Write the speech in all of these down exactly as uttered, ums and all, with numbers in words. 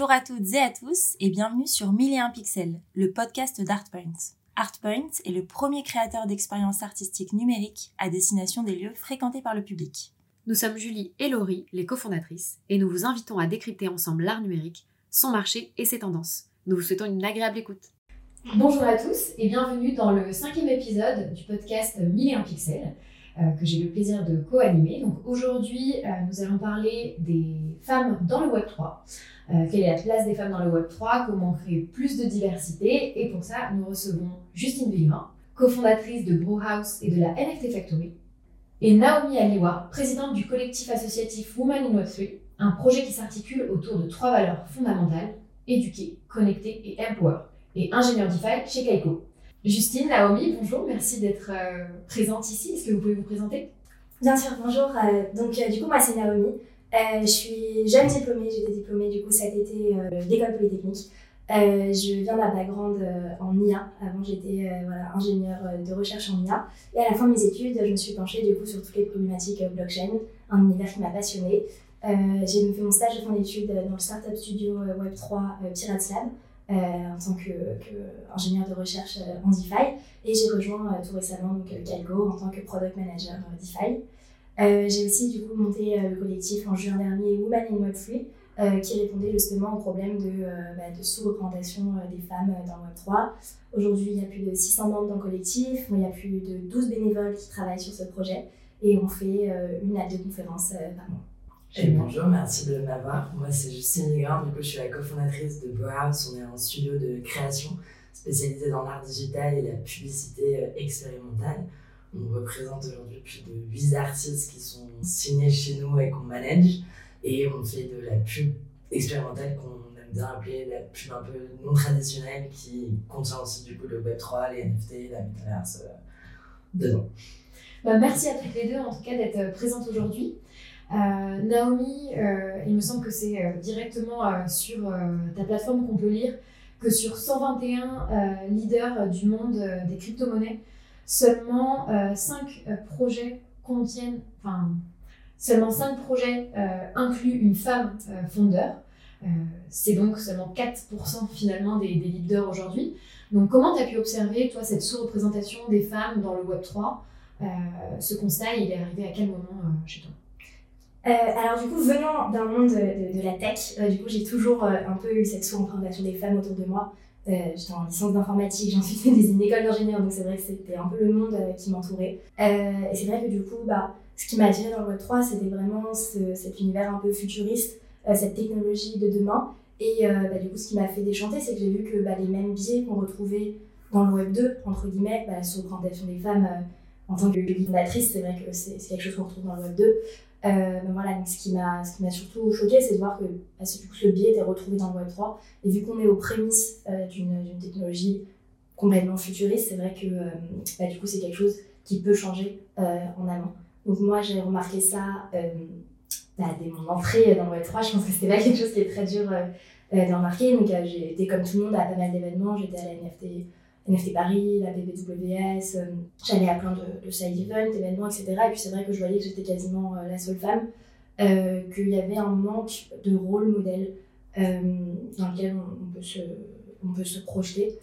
Bonjour à toutes et à tous et bienvenue sur mille et un pixels, le podcast d'Artpoint. Artpoint est le premier créateur d'expériences artistiques numériques à destination des lieux fréquentés par le public. Nous sommes Julie et Laurie, les cofondatrices, et nous vous invitons à décrypter ensemble l'art numérique, son marché et ses tendances. Nous vous souhaitons une agréable écoute. Bonjour à tous et bienvenue dans le cinquième épisode du podcast mille et un pixels euh, que j'ai le plaisir de co-animer. Donc aujourd'hui, euh, nous allons parler des femmes dans le web trois. Euh, quelle est la place des femmes dans le web trois, comment créer plus de diversité. Et pour ça, nous recevons Justine Villemin, cofondatrice de Brewhouse et de la N F T Factory, et Naomi Aliwa, présidente du collectif associatif Women in web trois, un projet qui s'articule autour de trois valeurs fondamentales: éduquer, connecter et empower, et ingénieur DeFi chez Kaiko. Justine, Naomi, bonjour, merci d'être euh, présente ici. Est-ce que vous pouvez vous présenter ? Bien sûr, bonjour. Euh, donc euh, du coup, moi c'est Naomi. Euh, je suis jeune diplômée, j'ai été diplômée du coup cet été euh, d'école polytechnique. Euh, je viens d'un background euh, en I A. Avant j'étais euh, voilà, ingénieure de recherche en I A. Et à la fin de mes études, je me suis penchée du coup sur toutes les problématiques euh, blockchain, un univers qui m'a passionnée. Euh, j'ai fait mon stage de fin d'études dans le startup studio euh, web trois euh, Pirates Lab. Euh, en tant qu'ingénieur de recherche euh, en DeFi, et j'ai rejoint euh, tout récemment donc, euh, Calgo en tant que product manager euh, DeFi. Euh, j'ai aussi du coup monté euh, le collectif en juin dernier Women in web trois euh, qui répondait justement au problème de, euh, bah, de sous-représentation euh, des femmes euh, dans le web trois. Aujourd'hui, il y a plus de six cents membres dans le collectif, il y a plus de douze bénévoles qui travaillent sur ce projet et on fait euh, une à deux conférences euh, par mois. Et bonjour, merci de m'avoir. Moi, c'est Justine Villemin, du coup, je suis la cofondatrice de Brewhouse. On est un studio de création spécialisé dans l'art digital et la publicité expérimentale. On représente aujourd'hui plus de huit artistes qui sont signés chez nous et qu'on manage. Et on fait de la pub expérimentale qu'on aime bien appeler la pub un peu non traditionnelle, qui contient aussi du coup le web trois, les N F T, la Metaverse euh, dedans. Bah, merci à toutes les deux en tout cas d'être présentes aujourd'hui. Euh, Naomi, euh, il me semble que c'est euh, directement euh, sur euh, ta plateforme qu'on peut lire que sur cent vingt et un euh, leaders du monde euh, des crypto-monnaies, seulement euh, cinq euh, projets contiennent, enfin, seulement cinq projets euh, incluent une femme euh, fondeur. Euh, c'est donc seulement quatre pour cent finalement des, des leaders aujourd'hui. Donc comment tu as pu observer, toi, cette sous-représentation des femmes dans le web trois ? euh, Ce constat, il est arrivé à quel moment euh, chez toi ? Euh, alors du coup, venant d'un monde de, de, de la tech, euh, du coup j'ai toujours euh, un peu eu cette sous-représentation des femmes autour de moi. Euh, j'étais en licence d'informatique, j'ai ensuite fait des, une école d'ingénieur, donc c'est vrai que c'était un peu le monde euh, qui m'entourait. Euh, et c'est vrai que du coup, bah, ce qui m'a attiré dans le web trois, c'était vraiment ce, cet univers un peu futuriste, euh, cette technologie de demain. Et euh, bah, du coup, ce qui m'a fait déchanter, c'est que j'ai vu que bah, les mêmes biais qu'on retrouvait dans le web deux, entre guillemets, bah, la sous-représentation des femmes euh, en tant que fondatrice, c'est vrai que c'est, c'est quelque chose qu'on retrouve dans le web deux. Euh, ben voilà, donc ce qui m'a ce qui m'a surtout choqué, c'est de voir que bah, du coup, ce biais était retrouvé dans le web trois, et vu qu'on est aux prémices euh, d'une, d'une technologie complètement futuriste, c'est vrai que euh, bah, du coup c'est quelque chose qui peut changer euh, en amont. Donc moi j'ai remarqué ça euh, bah, dès mon entrée dans le web trois. Je pense que c'était pas quelque chose qui est très dur euh, euh, de remarquer. Donc euh, j'ai été comme tout le monde à pas mal d'événements, j'étais à la N F T N F T Paris, la B B W S, euh, j'allais à plein de, de side events, événements, et cetera. Et puis c'est vrai que je voyais que j'étais quasiment euh, la seule femme, euh, qu'il y avait un manque de rôle modèle euh, dans lequel on, on, peut se, on peut se projeter.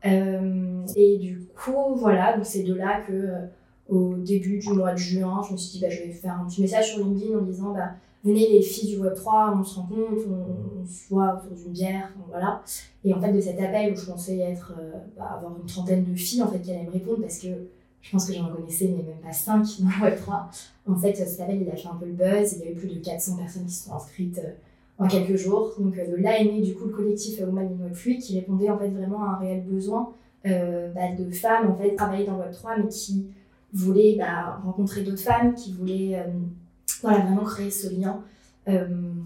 Euh, et du coup, voilà, donc c'est de là que euh, au début du mois de juin, je me suis dit bah, je vais faire un petit message sur LinkedIn en disant bah, venez les filles du web trois, on se rencontre, on, on se voit autour d'une bière, voilà. Et en fait, de cet appel où je pensais être, euh, bah, avoir une trentaine de filles en fait, qui allaient me répondre, parce que je pense que j'en connaissais, mais même pas cinq dans le web trois. En fait, cet appel, il a fait un peu le buzz, il y a eu plus de quatre cents personnes qui se sont inscrites euh, en quelques jours. Donc euh, de là est né du coup le collectif Women in web trois, qui répondait en fait vraiment à un réel besoin euh, bah, de femmes en fait, travailler dans le web trois, mais qui voulaient bah, rencontrer d'autres femmes, qui voulaient euh, voilà, vraiment créer ce lien. Euh,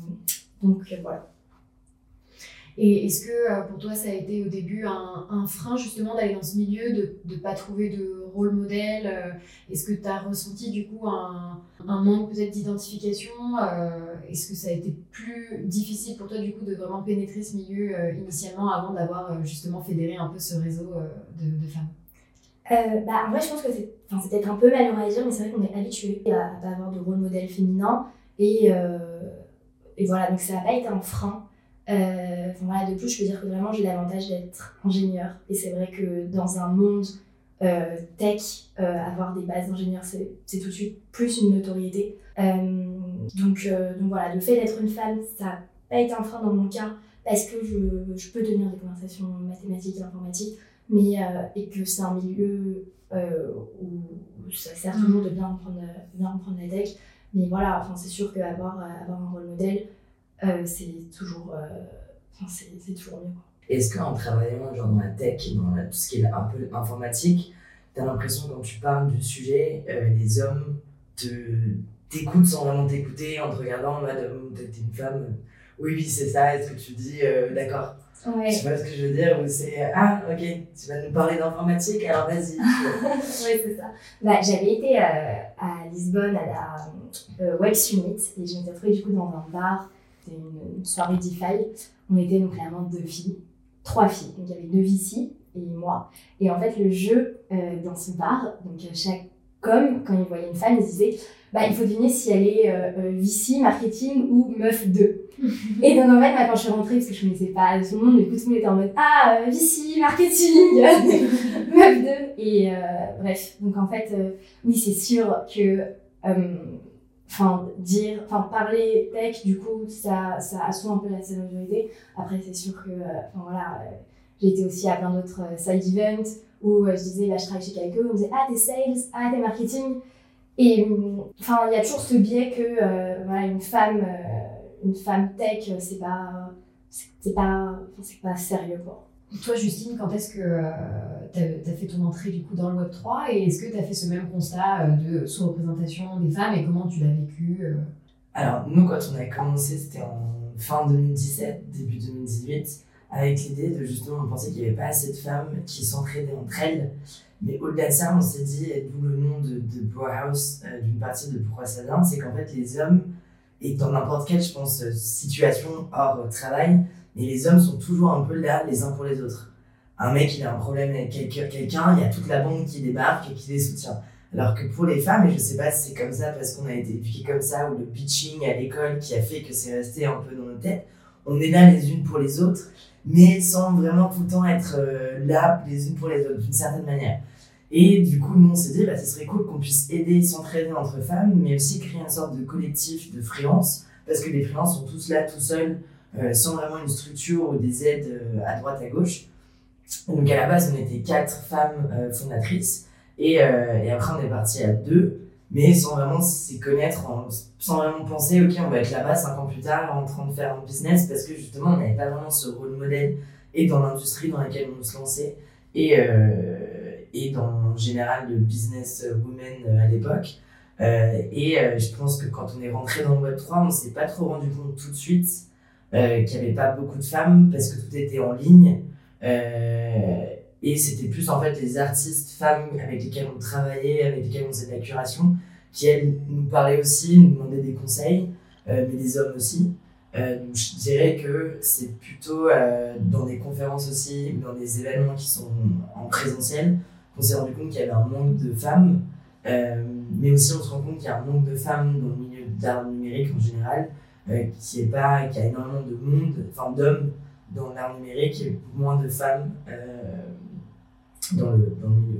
donc euh, voilà. Et est-ce que pour toi ça a été au début un, un frein justement d'aller dans ce milieu, de ne pas trouver de rôle modèle ? Est-ce que tu as ressenti du coup un, un manque peut-être d'identification ? Est-ce que ça a été plus difficile pour toi du coup de vraiment pénétrer ce milieu euh, initialement avant d'avoir justement fédéré un peu ce réseau euh, de, de femmes ? Euh, bah, en vrai, je pense que c'est, enfin, c'est peut-être un peu malheureux à dire, mais c'est vrai qu'on est habitué à ne pas avoir de rôle modèle féminin. Et, euh, et voilà, donc ça n'a pas été un frein. Euh, enfin, voilà, de plus, je peux dire que vraiment, j'ai l'avantage d'être ingénieur. Et c'est vrai que dans un monde euh, tech, euh, avoir des bases d'ingénieur, c'est, c'est tout de suite plus une notoriété. Euh, donc, euh, donc voilà, le fait d'être une femme, ça n'a pas été un frein dans mon cas, parce que je, je peux tenir des conversations mathématiques et informatiques, mais, euh, et que c'est un milieu euh, où, où ça sert toujours de bien apprendre, bien apprendre la tech. Mais voilà, enfin, c'est sûr qu'avoir avoir un rôle modèle, euh, c'est, toujours, euh, enfin, c'est, c'est toujours mieux, quoi. Est-ce qu'en travaillant genre, dans la tech et dans la, tout ce qui est un peu informatique, tu as l'impression que quand tu parles du sujet, euh, les hommes te, t'écoutent sans vraiment t'écouter, en te regardant en mode oh, t'es une femme, oui, oui, c'est ça, est-ce que tu dis euh, d'accord? Ouais. Je sais pas ce que je veux dire, ou c'est ah, ok, tu vas nous parler d'informatique, alors vas-y. Oui, c'est ça. Bah, j'avais été euh, à Lisbonne à la euh, Web Summit et je m'étais retrouvée du coup dans un bar, c'était une, une soirée DeFi. On était donc clairement deux filles, trois filles, donc il y avait deux V C et moi. Et en fait, le jeu euh, dans ce bar, donc chaque com, quand il voyait une femme, il disait bah, il faut deviner si elle est euh, V C, marketing ou meuf deux. Et donc en fait, moi, quand je suis rentrée, parce que je ne connaissais pas son nom, du coup tout le monde était en mode ah, euh, V C, marketing, meuf deux. Et euh, bref, donc en fait, euh, oui, c'est sûr que enfin euh, dire, enfin parler tech, du coup, ça, ça assoit un peu la célébrité. Après, c'est sûr que, enfin euh, voilà, euh, j'ai été aussi à plein d'autres euh, side events où euh, je disais, bah, je travaille chez quelqu'un, on me disait ah, t'es sales, ah, t'es marketing. Et enfin, il y a toujours ce biais que euh, voilà, une femme, euh, une femme tech, c'est pas, c'est, c'est pas, c'est pas sérieux, quoi. Toi, Justine, quand est-ce que euh, tu as fait ton entrée du coup dans le web trois et est-ce que tu as fait ce même constat euh, de sous-représentation des femmes et comment tu l'as vécu euh... Alors, nous, quand on a commencé, c'était en fin deux mille dix-sept, début deux mille dix-huit, avec l'idée de justement, on pensait qu'il n'y avait pas assez de femmes qui s'entraidaient entre elles. Mais au-delà de ça, on s'est dit, et d'où le nom de, de Powerhouse, euh, d'une partie de pourquoi ça vient, c'est qu'en fait, les hommes, et dans n'importe quelle, je pense, situation hors euh, travail, mais les hommes sont toujours un peu là, les uns pour les autres. Un mec, il a un problème avec quelqu'un, quelqu'un, il y a toute la bande qui débarque et qui les soutient. Alors que pour les femmes, et je sais pas si c'est comme ça parce qu'on a été éduqués comme ça, ou le bitching à l'école qui a fait que c'est resté un peu dans nos têtes, on est là les unes pour les autres, mais sans vraiment tout le temps être euh, là les unes pour les autres, d'une certaine manière. Et du coup, nous, on s'est dit, bah, ce serait cool qu'on puisse aider, s'entraider entre femmes, mais aussi créer une sorte de collectif de freelance, parce que les freelances sont tous là, tout seuls, euh, sans vraiment une structure ou des aides euh, à droite, à gauche. Donc à la base, on était quatre femmes euh, fondatrices, et, euh, et après, on est parti à deux, mais sans vraiment s'y connaître, en, sans vraiment penser, ok, on va être là-bas cinq ans plus tard, en train de faire un business, parce que justement, on n'avait pas vraiment ce rôle modèle, et dans l'industrie dans laquelle on se lançait, et... Euh, et dans en général le business women à l'époque. Euh, et euh, je pense que quand on est rentré dans le web trois, on ne s'est pas trop rendu compte tout de suite euh, qu'il n'y avait pas beaucoup de femmes parce que tout était en ligne. Euh, et c'était plus en fait les artistes femmes avec lesquelles on travaillait, avec lesquelles on faisait de la curation, qui elles nous parlaient aussi, nous demandaient des conseils, euh, mais des hommes aussi. Euh, donc je dirais que c'est plutôt euh, dans des conférences aussi, dans des événements qui sont en présentiel, on s'est rendu compte qu'il y avait un manque de femmes, euh, mais aussi on se rend compte qu'il y a un manque de femmes dans le milieu d'art numérique en général, euh, qui est pas, qui a énormément de monde, enfin d'hommes dans l'art numérique et moins de femmes euh, dans, le, dans le milieu.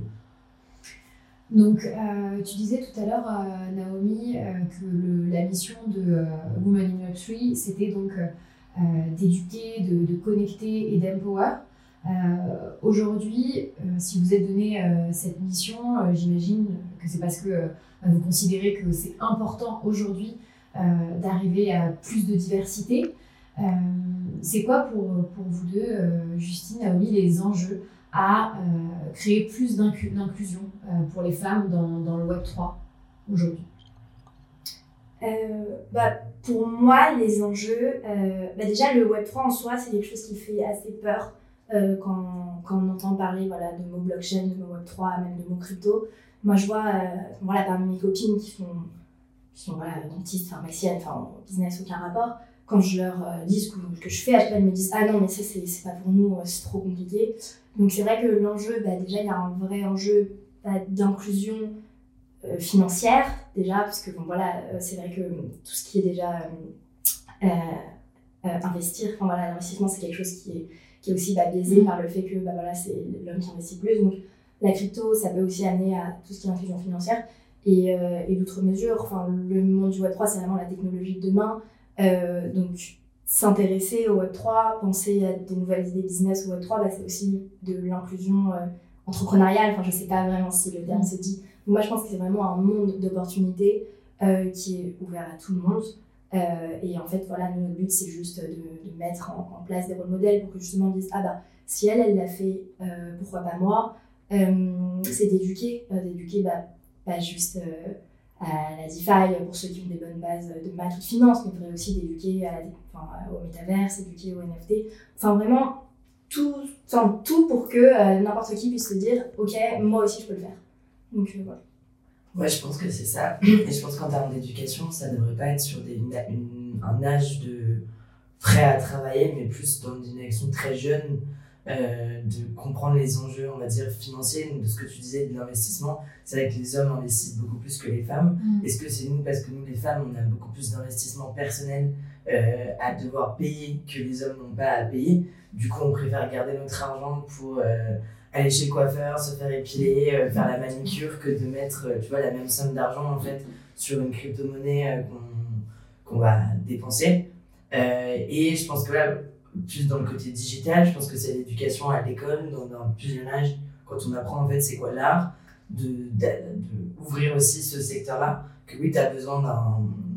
Donc, euh, tu disais tout à l'heure, euh, Naomi, euh, que le, la mission de euh, Women in Web trois, c'était donc euh, d'éduquer, de, de connecter et d'empower. Euh, aujourd'hui, euh, si vous êtes donné euh, cette mission, euh, j'imagine que c'est parce que euh, vous considérez que c'est important aujourd'hui euh, d'arriver à plus de diversité. Euh, c'est quoi pour, pour vous deux, euh, Justine, Naomi, les enjeux à euh, créer plus d'inclu- d'inclusion euh, pour les femmes dans, dans le web trois aujourd'hui? Euh, bah, pour moi, les enjeux, euh, bah déjà le web trois en soi, c'est quelque chose qui fait assez peur. Euh, quand, quand on entend parler voilà, de mots blockchain, de mots web trois, même de mots crypto. Moi, je vois euh, voilà, parmi mes copines qui sont, qui sont voilà, dentistes, pharmaciennes, enfin, business, aucun rapport. Quand je leur euh, dis ce que, ce que je fais, à chaque fois, elles me disent « Ah non, mais ça, c'est, c'est pas pour nous, c'est trop compliqué. » Donc, c'est vrai que l'enjeu, bah, déjà, il y a un vrai enjeu bah, d'inclusion euh, financière, déjà, parce que bon, voilà, euh, c'est vrai que tout ce qui est déjà... Euh, euh, investir. Enfin voilà, l'investissement c'est quelque chose qui est, qui est aussi bah, biaisé Mmh. par le fait que bah, voilà, c'est l'homme qui investit plus. Donc la crypto, ça peut aussi amener à tout ce qui est inclusion financière. Et, euh, et d'autres mesures, enfin, le monde du web trois, c'est vraiment la technologie de demain. Euh, donc, s'intéresser au web trois, penser à des nouvelles idées business au web trois, bah, c'est aussi de l'inclusion euh, entrepreneuriale. Enfin, je ne sais pas vraiment si le terme se dit. Donc, moi, je pense que c'est vraiment un monde d'opportunités euh, qui est ouvert à tout le monde. Euh, et en fait, voilà, nous, notre but, c'est juste de, de mettre en, en place des rôles modèles pour que justement on dise, ah bah, si elle, elle l'a fait, euh, pourquoi pas moi euh, C'est d'éduquer, euh, d'éduquer, bah, pas juste euh, à la DeFi pour ceux qui ont des bonnes bases de maths ou de finance, mais il faudrait aussi d'éduquer à la, enfin, au métaverse, éduquer au N F T. Enfin, vraiment, tout, enfin, tout pour que euh, n'importe qui puisse se dire « Ok, moi aussi, je peux le faire. » Donc, euh, voilà. Ouais, je pense que c'est ça. Et je pense qu'en termes d'éducation, ça ne devrait pas être sur des, une, une, un âge de prêt à travailler, mais plus dans une direction très jeune, euh, de comprendre les enjeux, on va dire, financiers. Donc, de ce que tu disais de l'investissement, c'est vrai que les hommes investissent beaucoup plus que les femmes. Mmh. Est-ce que c'est nous, parce que nous, les femmes, on a beaucoup plus d'investissement personnel euh, à devoir payer que les hommes n'ont pas à payer? Du coup, on préfère garder notre argent pour euh, aller chez le coiffeur, se faire épiler, euh, faire la manicure, que de mettre, euh, tu vois, la même somme d'argent, en fait, sur une crypto-monnaie euh, qu'on, qu'on va dépenser. Euh, et je pense que là, plus dans le côté digital, je pense que c'est l'éducation à l'école, dans un plus jeune âge, quand on apprend, en fait, c'est quoi l'art, de, de, de ouvrir aussi ce secteur-là, que oui, tu as besoin d'un,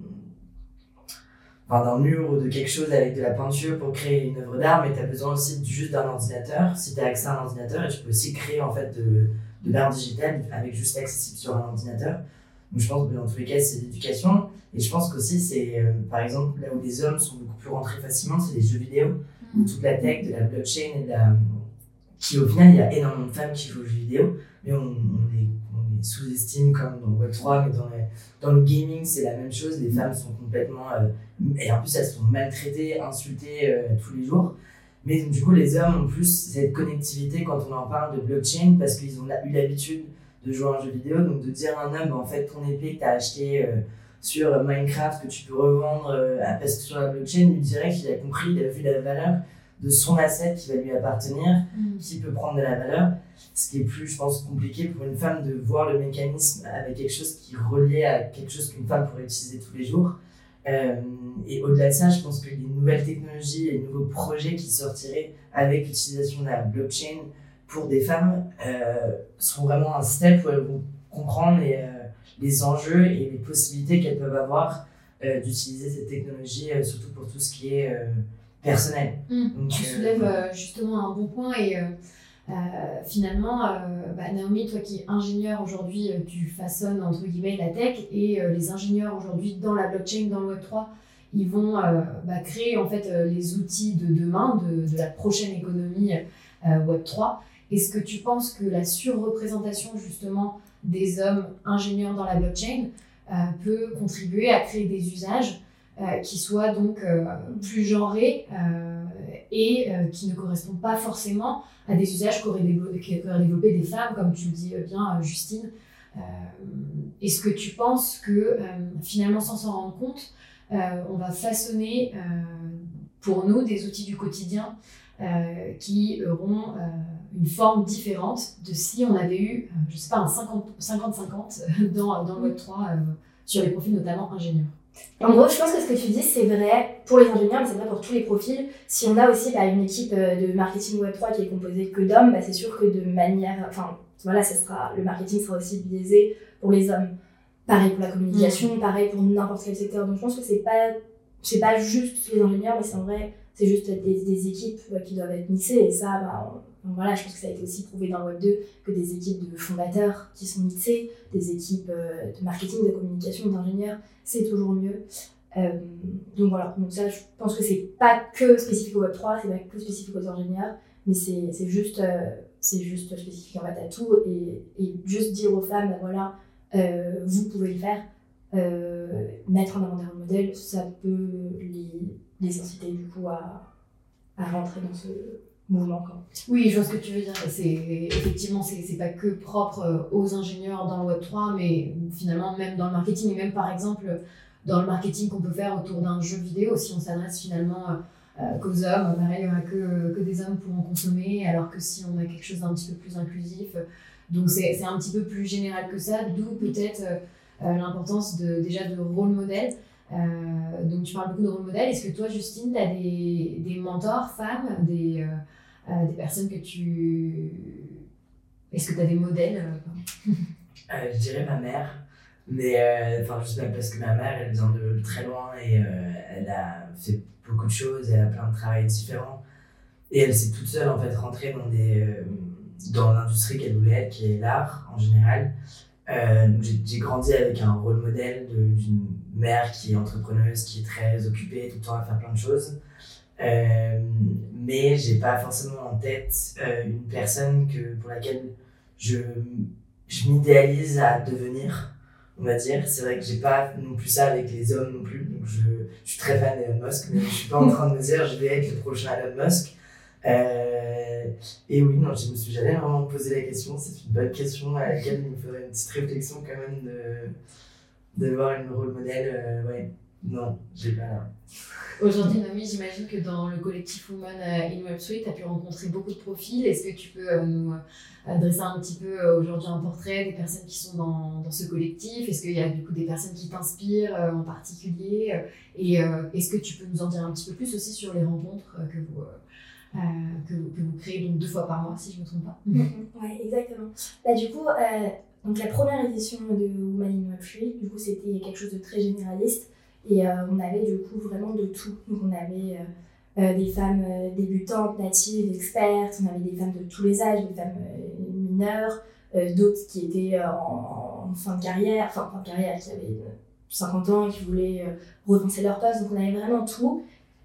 enfin, d'un mur ou de quelque chose avec de la peinture pour créer une œuvre d'art, mais tu as besoin aussi juste d'un ordinateur, si tu as accès à un ordinateur, et tu peux aussi créer en fait de, de l'art digital avec juste accessible sur un ordinateur. Donc je pense que dans tous les cas, c'est l'éducation, et je pense qu'aussi, c'est euh, par exemple là où les hommes sont beaucoup plus rentrés facilement, c'est les jeux vidéo, mmh. ou toute la tech, de la blockchain, et de la... qui au final, il y a énormément de femmes qui jouent aux jeux vidéo, mais on, on les on les sous-estime comme dans le web trois, mais dans, les, dans le gaming, c'est la même chose. Les femmes sont complètement... Euh, et en plus, elles sont maltraitées, insultées euh, tous les jours. Mais donc, du coup, les hommes ont plus cette connectivité quand on en parle de blockchain, parce qu'ils ont eu l'habitude de jouer à un jeu vidéo. Donc, de dire à un homme, en fait, ton épée que tu as achetée euh, sur Minecraft, que tu peux revendre euh, parce que sur la blockchain, lui dirait qu'il a compris, il a vu la valeur de son asset qui va lui appartenir, mmh. qui peut prendre de la valeur. Ce qui est plus, je pense, compliqué pour une femme de voir le mécanisme avec quelque chose qui est relié à quelque chose qu'une femme pourrait utiliser tous les jours. Euh, et au-delà de ça, je pense que les nouvelles technologies et les nouveaux projets qui sortiraient avec l'utilisation de la blockchain pour des femmes euh, seront vraiment un step où elles vont comprendre les, euh, les enjeux et les possibilités qu'elles peuvent avoir euh, d'utiliser cette technologie, euh, surtout pour tout ce qui est euh, personnel. Mmh. Donc, tu euh, soulèves euh, justement un bon point et euh, euh, finalement, euh, bah, Naomi, toi qui es ingénieure aujourd'hui, euh, tu façonnes entre guillemets la tech et euh, les ingénieurs aujourd'hui dans la blockchain, dans le web trois, ils vont euh, bah, créer en fait euh, les outils de demain, de, de la prochaine économie euh, web trois. Est-ce que tu penses que la surreprésentation justement des hommes ingénieurs dans la blockchain euh, peut contribuer à créer des usages Euh, qui soient donc euh, plus genrés euh, et euh, qui ne correspondent pas forcément à des usages qu'auraient développé, qu'auraient développé des femmes, comme tu le dis bien, Justine. Euh, est-ce que tu penses que euh, finalement, sans s'en rendre compte, euh, on va façonner euh, pour nous des outils du quotidien euh, qui auront euh, une forme différente de si on avait eu, euh, je ne sais pas, un cinquante cinquante dans, dans le web trois euh, sur les profils notamment ingénieurs? En gros, je pense que ce que tu dis, c'est vrai pour les ingénieurs, mais c'est vrai pour tous les profils. Si on a aussi bah, une équipe de marketing web trois qui est composée que d'hommes, bah, c'est sûr que de manière... Enfin, voilà, ça sera, le marketing sera aussi biaisé pour les hommes. Pareil pour la communication, mmh. pareil pour n'importe quel secteur. Donc, je pense que c'est pas, c'est pas juste les ingénieurs, mais c'est en vrai, c'est juste des, des équipes qui doivent être mixées. Et ça, bah, on, voilà, je pense que ça a été aussi prouvé dans le web deux que des équipes de fondateurs qui sont mixées, des équipes de marketing, de communication, d'ingénieurs, c'est toujours mieux. Euh, donc voilà, donc ça, je pense que c'est pas que spécifique au web trois, c'est pas que spécifique aux ingénieurs, mais c'est, c'est, juste, euh, c'est juste spécifique en fait à tout. Et, et juste dire aux femmes, ben voilà, euh, vous pouvez le faire, euh, mettre en avant des rôles modèles, ça peut les, les inciter du coup à, à rentrer dans ce mouvement. Quoi. Oui, je vois ce que tu veux dire. C'est, effectivement, c'est, c'est pas que propre aux ingénieurs dans le web trois, mais finalement même dans le marketing, et même par exemple dans le marketing qu'on peut faire autour d'un jeu vidéo, si on s'adresse finalement euh, qu'aux hommes. Pareil, il n'y aura que, que des hommes pour en consommer, alors que si on a quelque chose d'un petit peu plus inclusif, donc c'est, c'est un petit peu plus général que ça, d'où peut-être euh, l'importance de, déjà de rôle modèle. Euh, donc tu parles beaucoup de rôle modèle. Est-ce que toi, Justine, tu as des, des mentors femmes, des, euh, euh, des personnes que tu... Est-ce que tu as des modèles euh, euh, Je dirais ma mère, mais enfin euh, juste même parce que ma mère, elle vient de très loin et euh, elle a fait beaucoup de choses, elle a plein de travail différents et elle s'est toute seule en fait rentrée dans des euh, dans l'industrie qu'elle voulait être, qui est l'art en général. Euh, donc j'ai, j'ai grandi avec un rôle modèle de, d'une mère qui est entrepreneuse, qui est très occupée tout le temps à faire plein de choses. Euh, mais j'ai pas forcément en tête euh, une personne que, pour laquelle je, je m'idéalise à devenir, on va dire. C'est vrai que j'ai pas non plus ça avec les hommes non plus. Donc je, je suis très fan d'Elon Musk, mais je suis pas en train de me dire je vais être le prochain Elon Musk. Euh, et oui, non, je me suis jamais vraiment posé la question. C'est une bonne question à laquelle il me faudrait une petite réflexion quand même de, de voir une rôle modèle. Euh, ouais, non, j'ai pas là. Aujourd'hui, Noémie, j'imagine que dans le collectif Women in Web trois, tu as pu rencontrer beaucoup de profils. Est-ce que tu peux euh, nous euh, dresser un petit peu euh, aujourd'hui un portrait des personnes qui sont dans, dans ce collectif? Est-ce qu'il y a du coup des personnes qui t'inspirent euh, en particulier? Et euh, est-ce que tu peux nous en dire un petit peu plus aussi sur les rencontres euh, que vous... Euh, Euh, que, que vous créez donc deux fois par mois, si je ne me trompe pas. Mm-hmm. Ouais, exactement. Bah, du coup, euh, donc la première édition de Women in Web trois, du coup, c'était quelque chose de très généraliste et euh, on avait du coup vraiment de tout. Donc on avait euh, euh, des femmes euh, débutantes, natives, expertes, on avait des femmes de tous les âges, des femmes euh, mineures, euh, d'autres qui étaient euh, en, en fin de carrière, enfin fin de carrière, qui avaient euh, cinquante ans et qui voulaient euh, repenser leur poste. Donc on avait vraiment tout.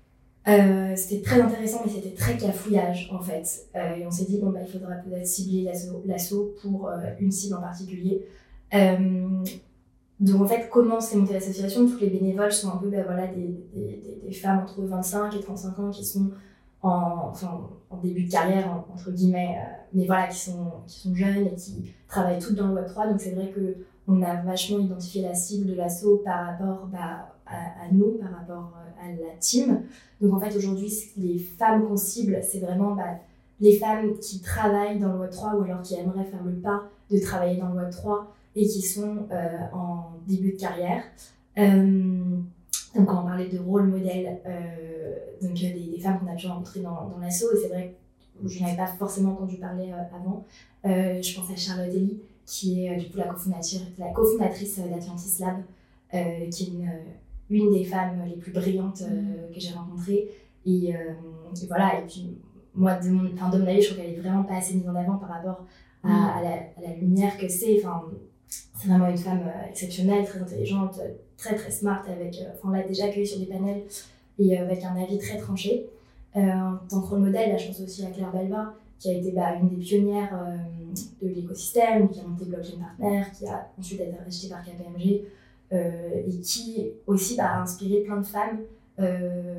Euh, c'était très intéressant, mais c'était très cafouillage en fait. Euh, et on s'est dit, bon, bah, il faudra peut-être cibler l'assaut, l'assaut pour euh, une cible en particulier. Euh, donc en fait, comment s'est montée l'association? Tous les bénévoles sont un peu bah, voilà, des, des, des, des femmes entre vingt-cinq et trente-cinq ans qui sont en, enfin, en début de carrière, en, entre guillemets, euh, mais voilà, qui sont, qui sont jeunes et qui travaillent toutes dans le web trois. Donc c'est vrai qu'on a vachement identifié la cible de l'assaut par rapport bah, à, à nous, par rapport à la team. Donc en fait aujourd'hui les femmes qu'on cible, c'est vraiment bah, les femmes qui travaillent dans le web trois ou alors qui aimeraient faire le pas de travailler dans le web trois et qui sont euh, en début de carrière. Euh, donc on parlait de rôle modèle, euh, donc des, des femmes qu'on a pu rencontrer dans, dans l'asso, et c'est vrai que je n'avais pas forcément entendu parler euh, avant. Euh, je pense à Charlotte Elie, qui est euh, du coup la cofondatrice, la cofondatrice d'Atlantis Lab, euh, qui est une une des femmes les plus brillantes euh, que j'ai rencontrées. Et, euh, et voilà, et puis moi, de mon, de mon avis, je trouve qu'elle est vraiment pas assez mise en avant par rapport à, mm. à, la, à la lumière que c'est. Enfin, c'est vraiment une femme euh, exceptionnelle, très intelligente, très très smart, avec, euh, enfin, on l'a déjà accueillie sur des panels et euh, avec un avis très tranché. Euh, en tant que rôle modèle, là, je pense aussi à Claire Belva, qui a été bah, une des pionnières euh, de l'écosystème, qui a monté Blockchain Partner, qui a ensuite été rachetée par K P M G. Euh, et qui aussi bah, a inspiré plein de femmes euh,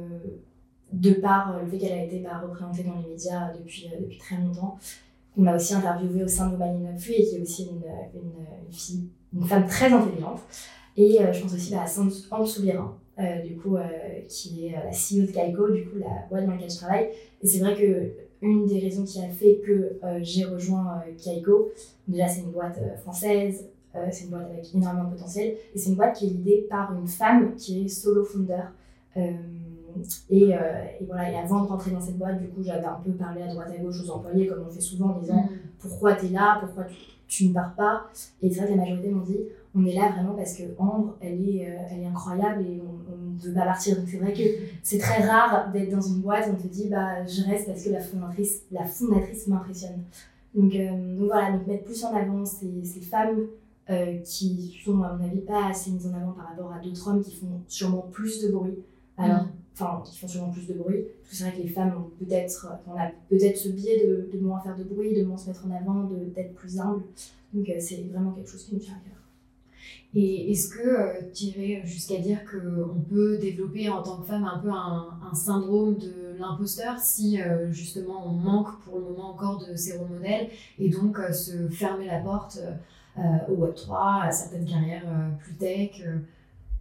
de par le fait qu'elle a été bah, représentée dans les médias depuis, euh, depuis très longtemps. On a aussi interviewé au sein de Women in Web trois et qui est aussi une, une, une, fille, une femme très intelligente. Et euh, je pense aussi bah, à Anne Soubirant, euh, du coup, euh, qui est la C E O de Kaiko, du coup la boîte dans laquelle je travaille. Et c'est vrai qu'une des raisons qui a fait que euh, j'ai rejoint euh, Kaiko, déjà c'est une boîte euh, française. Euh, c'est une boîte avec énormément de potentiel et c'est une boîte qui est l'idée par une femme qui est solo founder. Euh, et, euh, et voilà, et avant de rentrer dans cette boîte, du coup, j'avais un peu parlé à droite à gauche aux employés, comme on le fait souvent, en disant mmh. pourquoi t'es là, pourquoi tu, tu ne pars pas. Et c'est vrai que la majorité m'ont dit on est là vraiment parce que Ambre, elle est, euh, elle est incroyable et on ne veut pas partir. Donc c'est vrai que c'est très rare d'être dans une boîte où on te dit bah, je reste parce que la fondatrice, la fondatrice m'impressionne. Donc, euh, donc voilà, donc mettre plus en avant ces, ces femmes. Euh, qui sont à mon avis pas assez mises en avant par rapport à d'autres hommes qui font sûrement plus de bruit alors enfin mmh. qui font sûrement plus de bruit parce que c'est vrai que les femmes ont peut-être on a peut-être ce biais de, de moins faire de bruit, de moins se mettre en avant, de, d'être plus humble, donc euh, c'est vraiment quelque chose qui nous tient à cœur. Et est-ce que euh, tu irais jusqu'à dire qu'on peut développer en tant que femme un peu un, un syndrome de l'imposteur si euh, justement on manque pour le moment encore de ces rôles modèles et donc euh, se fermer la porte euh, Euh, au web trois, à certaines carrières euh, plus tech euh.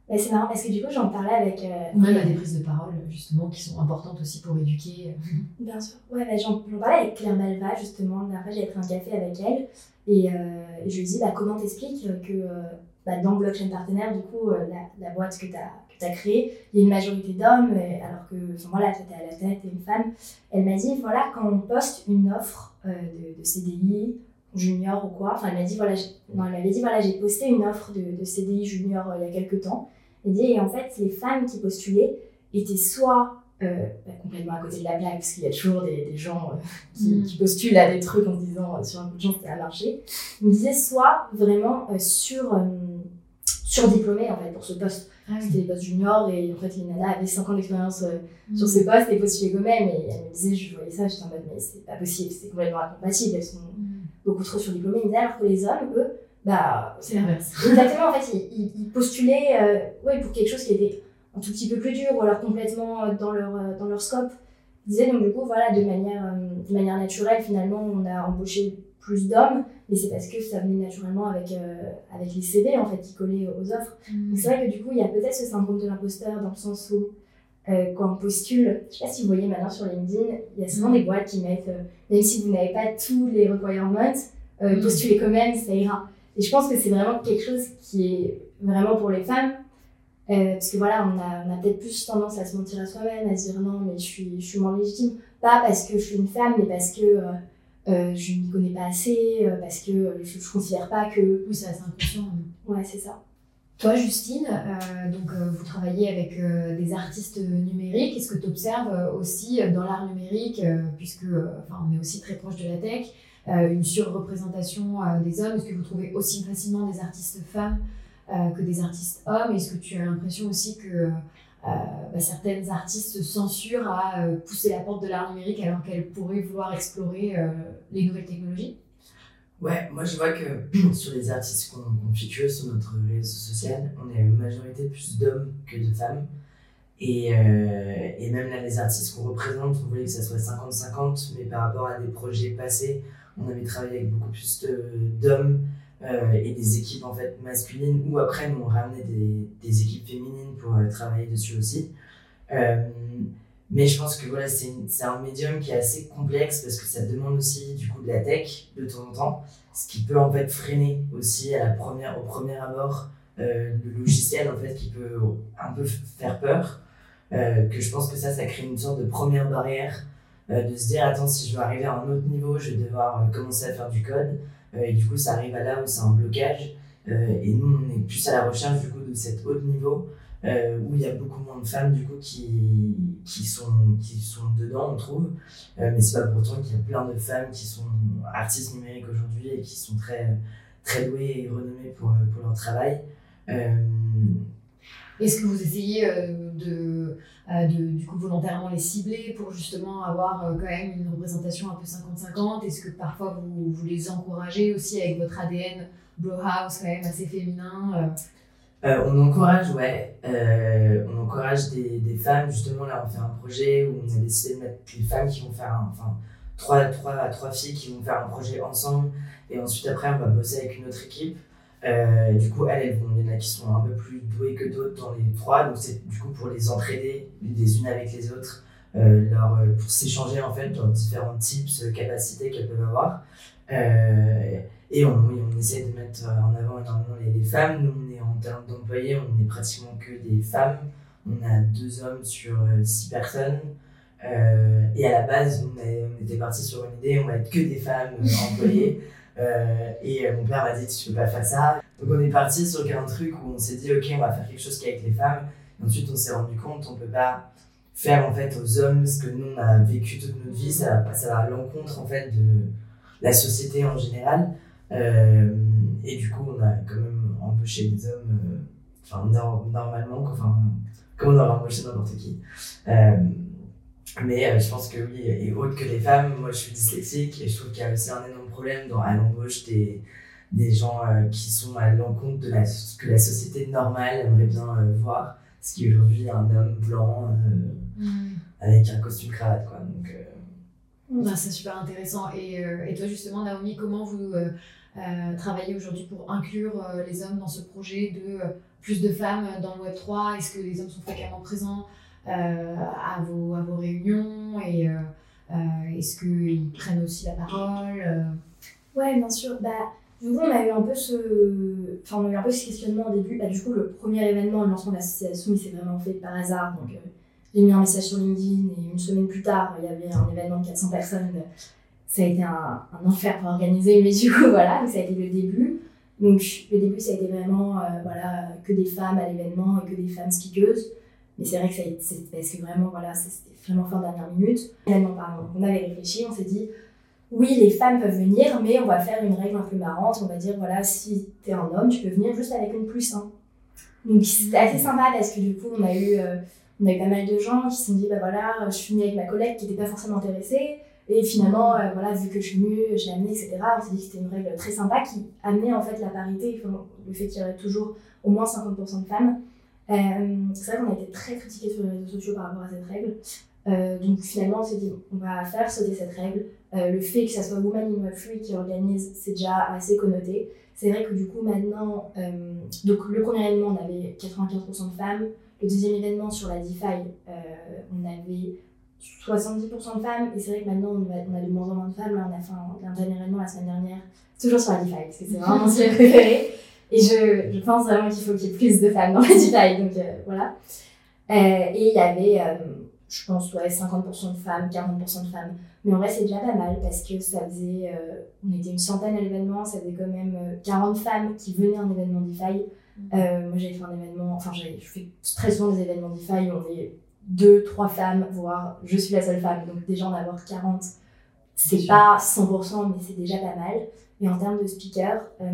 Bah, c'est marrant parce que du coup, j'en parlais avec. Euh, Ou même à des prises de parole, justement, qui sont importantes aussi pour éduquer. Bien sûr. Ouais, bah, j'en, j'en parlais avec Claire Malva, justement. La dernière fois, j'avais pris un café avec elle. Et, euh, et je lui dis, bah, comment t'expliques que euh, bah, dans Blockchain Partenaire, du coup, euh, la, la boîte que t'as, que t'as créée, il y a une majorité d'hommes, et, alors que, enfin, voilà, toi, t'es à la tête, t'es une femme. Elle m'a dit, voilà, quand on poste une offre euh, de, de C D I, junior ou quoi, enfin, elle m'a dit, voilà, j'ai, non, elle m'avait dit, voilà, j'ai posté une offre de, de C D I junior euh, il y a quelques temps. Elle dit, et en fait, les femmes qui postulaient étaient soit euh, bah, complètement à côté de la plaque, parce qu'il y a toujours des, des gens euh, qui, mmh. qui postulent à des trucs en se disant euh, sur un coup de chance ça va marcher. Ils me disaient soit vraiment euh, sur, euh, surdiplômés en fait pour ce poste. Ah, oui. C'était des postes juniors et en fait les nanas avaient cinq ans d'expérience euh, mmh. sur ces postes et postulaient quand même. Et elle me disait, je voyais ça, j'étais en mode, mais c'est pas possible, c'est complètement incompatible, elles sont mmh. beaucoup trop surdiplômées. Ils me disaient, alors que les hommes, eux, bah, c'est l'inverse. Exactement, en fait, ils, ils postulaient euh, ouais, pour quelque chose qui était un tout petit peu plus dur ou alors complètement dans leur, euh, dans leur scope. Ils disaient donc du coup, voilà, de manière, euh, de manière naturelle, finalement, on a embauché plus d'hommes, mais c'est parce que ça venait naturellement avec, euh, avec les C V, en fait, qui collaient aux offres. Mmh. Donc c'est vrai que du coup, il y a peut-être ce syndrome de l'imposteur dans le sens où, euh, quand on postule, je sais pas si vous voyez maintenant sur LinkedIn, il y a souvent mmh. des boîtes qui mettent, euh, même si vous n'avez pas tous les requirements, euh, mmh. postulez quand même, ça ira. Et je pense que c'est vraiment quelque chose qui est vraiment pour les femmes, euh, parce que voilà, on a, on a peut-être plus tendance à se mentir à soi-même, à se dire non, mais je suis, je suis moins légitime. Pas parce que je suis une femme, mais parce que euh, euh, je n'y connais pas assez, euh, parce que je ne considère pas que... Oui, c'est assez inconscient. Ouais, c'est ça. Toi, Justine, euh, donc, euh, vous travaillez avec euh, des artistes numériques. Est-ce que tu observes aussi euh, dans l'art numérique, euh, puisque euh, on est aussi très proche de la tech, Euh, une surreprésentation euh, des hommes? Est-ce que vous trouvez aussi facilement des artistes femmes euh, que des artistes hommes? Est-ce que tu as l'impression aussi que euh, bah, certaines artistes se censurent à euh, pousser la porte de l'art numérique alors qu'elles pourraient vouloir explorer euh, les nouvelles technologies? Ouais, moi je vois que sur les artistes qu'on, qu'on feature sur notre réseau social, on est une majorité plus d'hommes que de femmes. Et, euh, et même là, les artistes qu'on représente, on voulait que ça soit cinquante cinquante, mais par rapport à des projets passés, on avait travaillé avec beaucoup plus de, d'hommes euh, et des équipes en fait masculines, ou après nous on ramenait des, des équipes féminines pour euh, travailler dessus aussi. Euh, mais je pense que voilà, c'est, une, c'est un médium qui est assez complexe parce que ça demande aussi du coup de la tech de temps en temps, ce qui peut en fait freiner aussi à la première, au premier abord euh, le logiciel en fait qui peut un peu faire peur. Euh, que je pense que ça, ça crée une sorte de première barrière euh, de se dire attends, si je veux arriver à un autre niveau, je vais devoir euh, commencer à faire du code euh, et du coup ça arrive à là où c'est un blocage euh, et nous on est plus à la recherche du coup de cet haut niveau euh, où il y a beaucoup moins de femmes du coup qui, qui, sont, qui sont dedans on trouve euh, mais c'est pas pour autant qu'il y a plein de femmes qui sont artistes numériques aujourd'hui et qui sont très, très douées et renommées pour, pour leur travail. euh, Est-ce que vous essayez euh, de, euh, de du coup volontairement les cibler pour justement avoir euh, quand même une représentation un peu cinquante cinquante? Est-ce que parfois vous, vous les encouragez aussi avec votre A D N Blowhouse quand même assez féminin euh... Euh, on encourage, ouais, euh, on encourage des, des femmes, justement là on fait un projet où on a décidé de mettre des femmes qui vont faire, un, enfin trois, trois, trois filles qui vont faire un projet ensemble et ensuite après on va bosser avec une autre équipe. Euh, du coup, elles, elles vont, il y en a qui sont un peu plus douées que d'autres dans les trois, donc c'est du coup pour les entraider les unes avec les autres, euh, leur, pour s'échanger en fait dans différents tips, capacités qu'elles peuvent avoir. Euh, et on, oui, on essaie de mettre en avant énormément les, les femmes. Nous, on est en termes d'employés, on n'est pratiquement que des femmes. On a deux hommes sur euh, six personnes. Euh, et à la base, on, a, on était parti sur une idée, on va être que des femmes euh, employées. Euh, et euh, mon père m'a dit tu peux pas faire ça, donc on est parti sur un truc où on s'est dit ok on va faire quelque chose qu'avec les femmes et ensuite on s'est rendu compte on peut pas faire en fait aux hommes ce que nous on a vécu toute notre vie, ça va, ça va à l'encontre en fait de la société en général euh, et du coup on a quand même embauché des hommes euh, enfin no- normalement enfin comme on aurait embauché n'importe qui euh, mais euh, je pense que oui, et autre que les femmes, moi je suis dyslexique et je trouve qu'il y a aussi un énorme problème dans, à l'embauche des, des gens euh, qui sont à l'encontre de la, ce que la société normale aimerait bien euh, voir, ce qui est aujourd'hui un homme blanc euh, mmh. avec un costume cravate quoi. Donc, euh... ben, c'est super intéressant. Et, euh, et toi justement Naomi, comment vous, euh, euh, travaillez aujourd'hui pour inclure euh, les hommes dans ce projet de euh, plus de femmes dans le web trois? Est-ce que les hommes sont fréquemment présents euh, à, vos, à vos réunions et euh, euh, est-ce qu'ils prennent aussi la parole euh... Ouais, bien sûr. Bah, du coup, on a eu un peu ce, enfin, on a eu un peu ce questionnement au début. Bah, du coup, le premier événement, le lancement de l'association, il s'est vraiment fait par hasard. Donc, euh, j'ai mis un message sur LinkedIn et une semaine plus tard, il y avait un événement de quatre cents personnes. Ça a été un, un enfer pour organiser, mais du coup, voilà, donc ça a été le début. Donc, le début, ça a été vraiment, euh, voilà, que des femmes à l'événement et que des femmes speakeuses. Mais c'est vrai que ça a été, c'est parce que vraiment, voilà, c'était vraiment fin dernière minute. Événement, pardon. On avait réfléchi, on s'est dit, oui, les femmes peuvent venir, mais on va faire une règle un peu marrante. On va dire, voilà, si t'es un homme, tu peux venir juste avec une plus un. Donc, c'était assez sympa parce que du coup, on a eu, euh, on a eu pas mal de gens qui se sont dit, bah voilà, je suis venue avec ma collègue qui n'était pas forcément intéressée. Et finalement, euh, voilà, vu que je suis venue, je l'ai amenée, et cetera. On s'est dit que c'était une règle très sympa qui amenait en fait la parité, le fait qu'il y aurait toujours au moins cinquante pour cent de femmes. Euh, c'est vrai qu'on a été très critiqués sur les réseaux sociaux par rapport à cette règle. Euh, donc finalement, on s'est dit, on va faire sauter cette règle. Euh, le fait que ça soit Women in web trois qui organise, c'est déjà assez connoté. C'est vrai que du coup, maintenant, euh, donc le premier événement, on avait quatre-vingt-quinze pour cent de femmes. Le deuxième événement sur la DeFi, euh, on avait soixante-dix pour cent de femmes. Et c'est vrai que maintenant, on a, on a de moins en moins de femmes. Là, on a fait un, un dernier événement la semaine dernière, toujours sur la DeFi, parce que c'est vraiment mon sujet préféré. Et je, je pense vraiment qu'il faut qu'il y ait plus de femmes dans la DeFi. Donc euh, voilà. Euh, et il y avait, euh, je pense, ouais, cinquante pour cent de femmes, quarante pour cent de femmes. Mais en vrai, c'est déjà pas mal parce que ça faisait, euh, on était une centaine à l'événement, ça faisait quand même euh, quarante femmes qui venaient à un événement DeFi. Euh, moi, j'avais fait un événement, enfin, je fais très souvent des événements DeFi où on est deux, trois femmes, voire je suis la seule femme. Donc, déjà, en avoir quarante, c'est pas cent pour cent, mais c'est déjà pas mal. Et en termes de speakers, euh,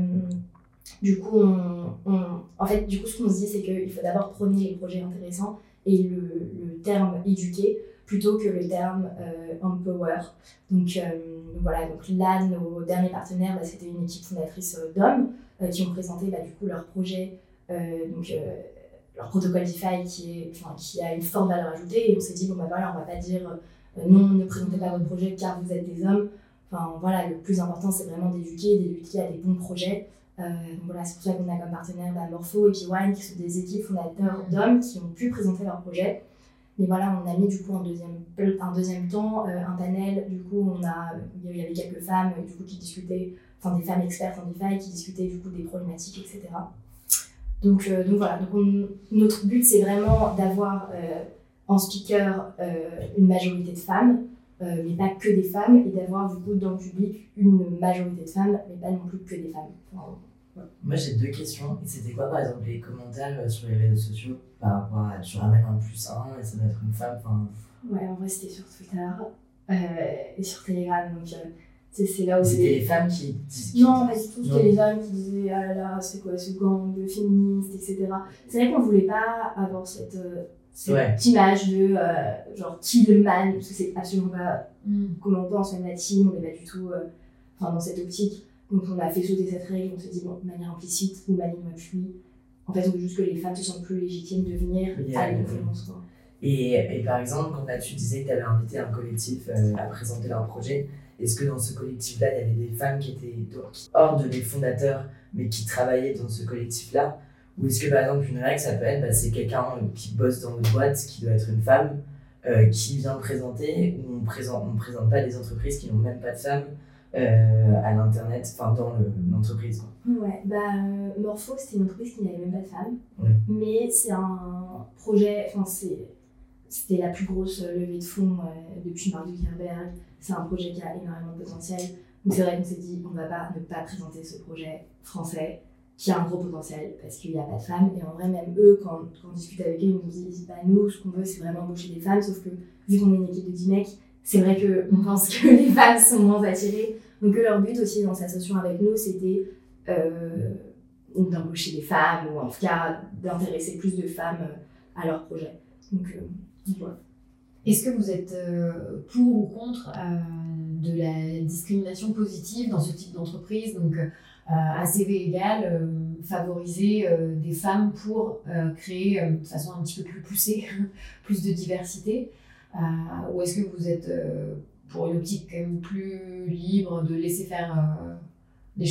du coup, on, on, en fait, du coup, ce qu'on se dit, c'est qu'il faut d'abord prôner les projets intéressants et le, le terme éduquer plutôt que le terme euh, empower. Donc euh, voilà, donc là, nos derniers partenaires, bah, c'était une équipe fondatrice euh, d'hommes euh, qui ont présenté bah, du coup leur projet, euh, donc euh, leur protocole DeFi qui, est, enfin, qui a une forte valeur ajoutée. Et on s'est dit, bon bah voilà, on va pas dire euh, non, ne présentez pas votre projet car vous êtes des hommes. Enfin voilà, le plus important, c'est vraiment d'éduquer, d'éduquer à des bons projets. Euh, donc voilà, c'est pour ça qu'on a comme partenaire bah, Morpho et P one qui sont des équipes fondateurs d'hommes qui ont pu présenter leur projet. Mais voilà, on a mis du coup un deuxième, un deuxième temps, euh, un panel, du coup on a, il y avait quelques femmes du coup, qui discutaient, enfin des femmes expertes en DeFi qui discutaient du coup des problématiques, et cetera. Donc, euh, donc voilà, donc on, notre but c'est vraiment d'avoir euh, en speaker euh, une majorité de femmes, euh, mais pas que des femmes, et d'avoir du coup dans le public une majorité de femmes, mais pas non plus que des femmes. Enfin, moi j'ai deux questions, et c'était quoi par exemple les commentaires sur les réseaux sociaux par rapport à tu ramènes un plus un et ça doit être une femme, enfin... Ouais, en vrai c'était sur Twitter euh, et sur Telegram, donc euh, c'est, c'est là où... C'était les... les femmes qui disent... Non, pas du tout, c'était les hommes qui disaient « Ah là là, c'est quoi ce gang de féministes, et cetera » C'est vrai qu'on voulait pas avoir cette, euh, cette ouais. image de euh, genre kill man, parce que c'est absolument pas mm. comment on pense, même la team, on n'est pas du tout euh, dans cette optique. Donc on a fait sauter cette règle, on s'est dit, bon, de manière implicite, ou maligne web trois, en fait on veut juste que les femmes se sentent plus légitimes de venir yeah, à une conférence. Quoi. Et, et par exemple, quand tu disais que tu avais invité un collectif euh, à présenter leur projet, est-ce que dans ce collectif-là, il y avait des femmes qui étaient donc, hors de les fondateurs, mais qui travaillaient dans ce collectif-là? Ou est-ce que par exemple, une règle, ça peut être, bah, c'est quelqu'un qui bosse dans notre boîte, qui doit être une femme, euh, qui vient présenter, ou on présente, on présente pas des entreprises qui n'ont même pas de femmes Euh, à l'internet, enfin dans le, l'entreprise. Ouais, bah euh, Morpho c'était une entreprise qui n'avait même pas de femmes, ouais. mais c'est un projet, enfin c'est, c'était la plus grosse levée de fonds euh, depuis Mark Zuckerberg, c'est un projet qui a énormément de potentiel, donc c'est vrai qu'on s'est dit on ne va pas ne pas présenter ce projet français qui a un gros potentiel parce qu'il n'y a pas de femmes, et en vrai même eux quand, quand on discute avec eux ils nous disent bah nous ce qu'on veut c'est vraiment embaucher des femmes, sauf que vu qu'on est une équipe de dix mecs, c'est vrai qu'on pense que les femmes sont moins attirées. Donc leur but aussi dans cette association avec nous, c'était euh, d'embaucher des femmes, ou en tout cas d'intéresser plus de femmes à leur projet. Donc, euh, voilà. Est-ce que vous êtes euh, pour ou contre euh, de la discrimination positive dans ce type d'entreprise, donc euh, à C V égal, euh, favoriser euh, des femmes pour euh, créer euh, de façon un petit peu plus poussée, plus de diversité? Euh, ou est-ce que vous êtes euh, pour une optique quand même plus libre de laisser faire euh, les choses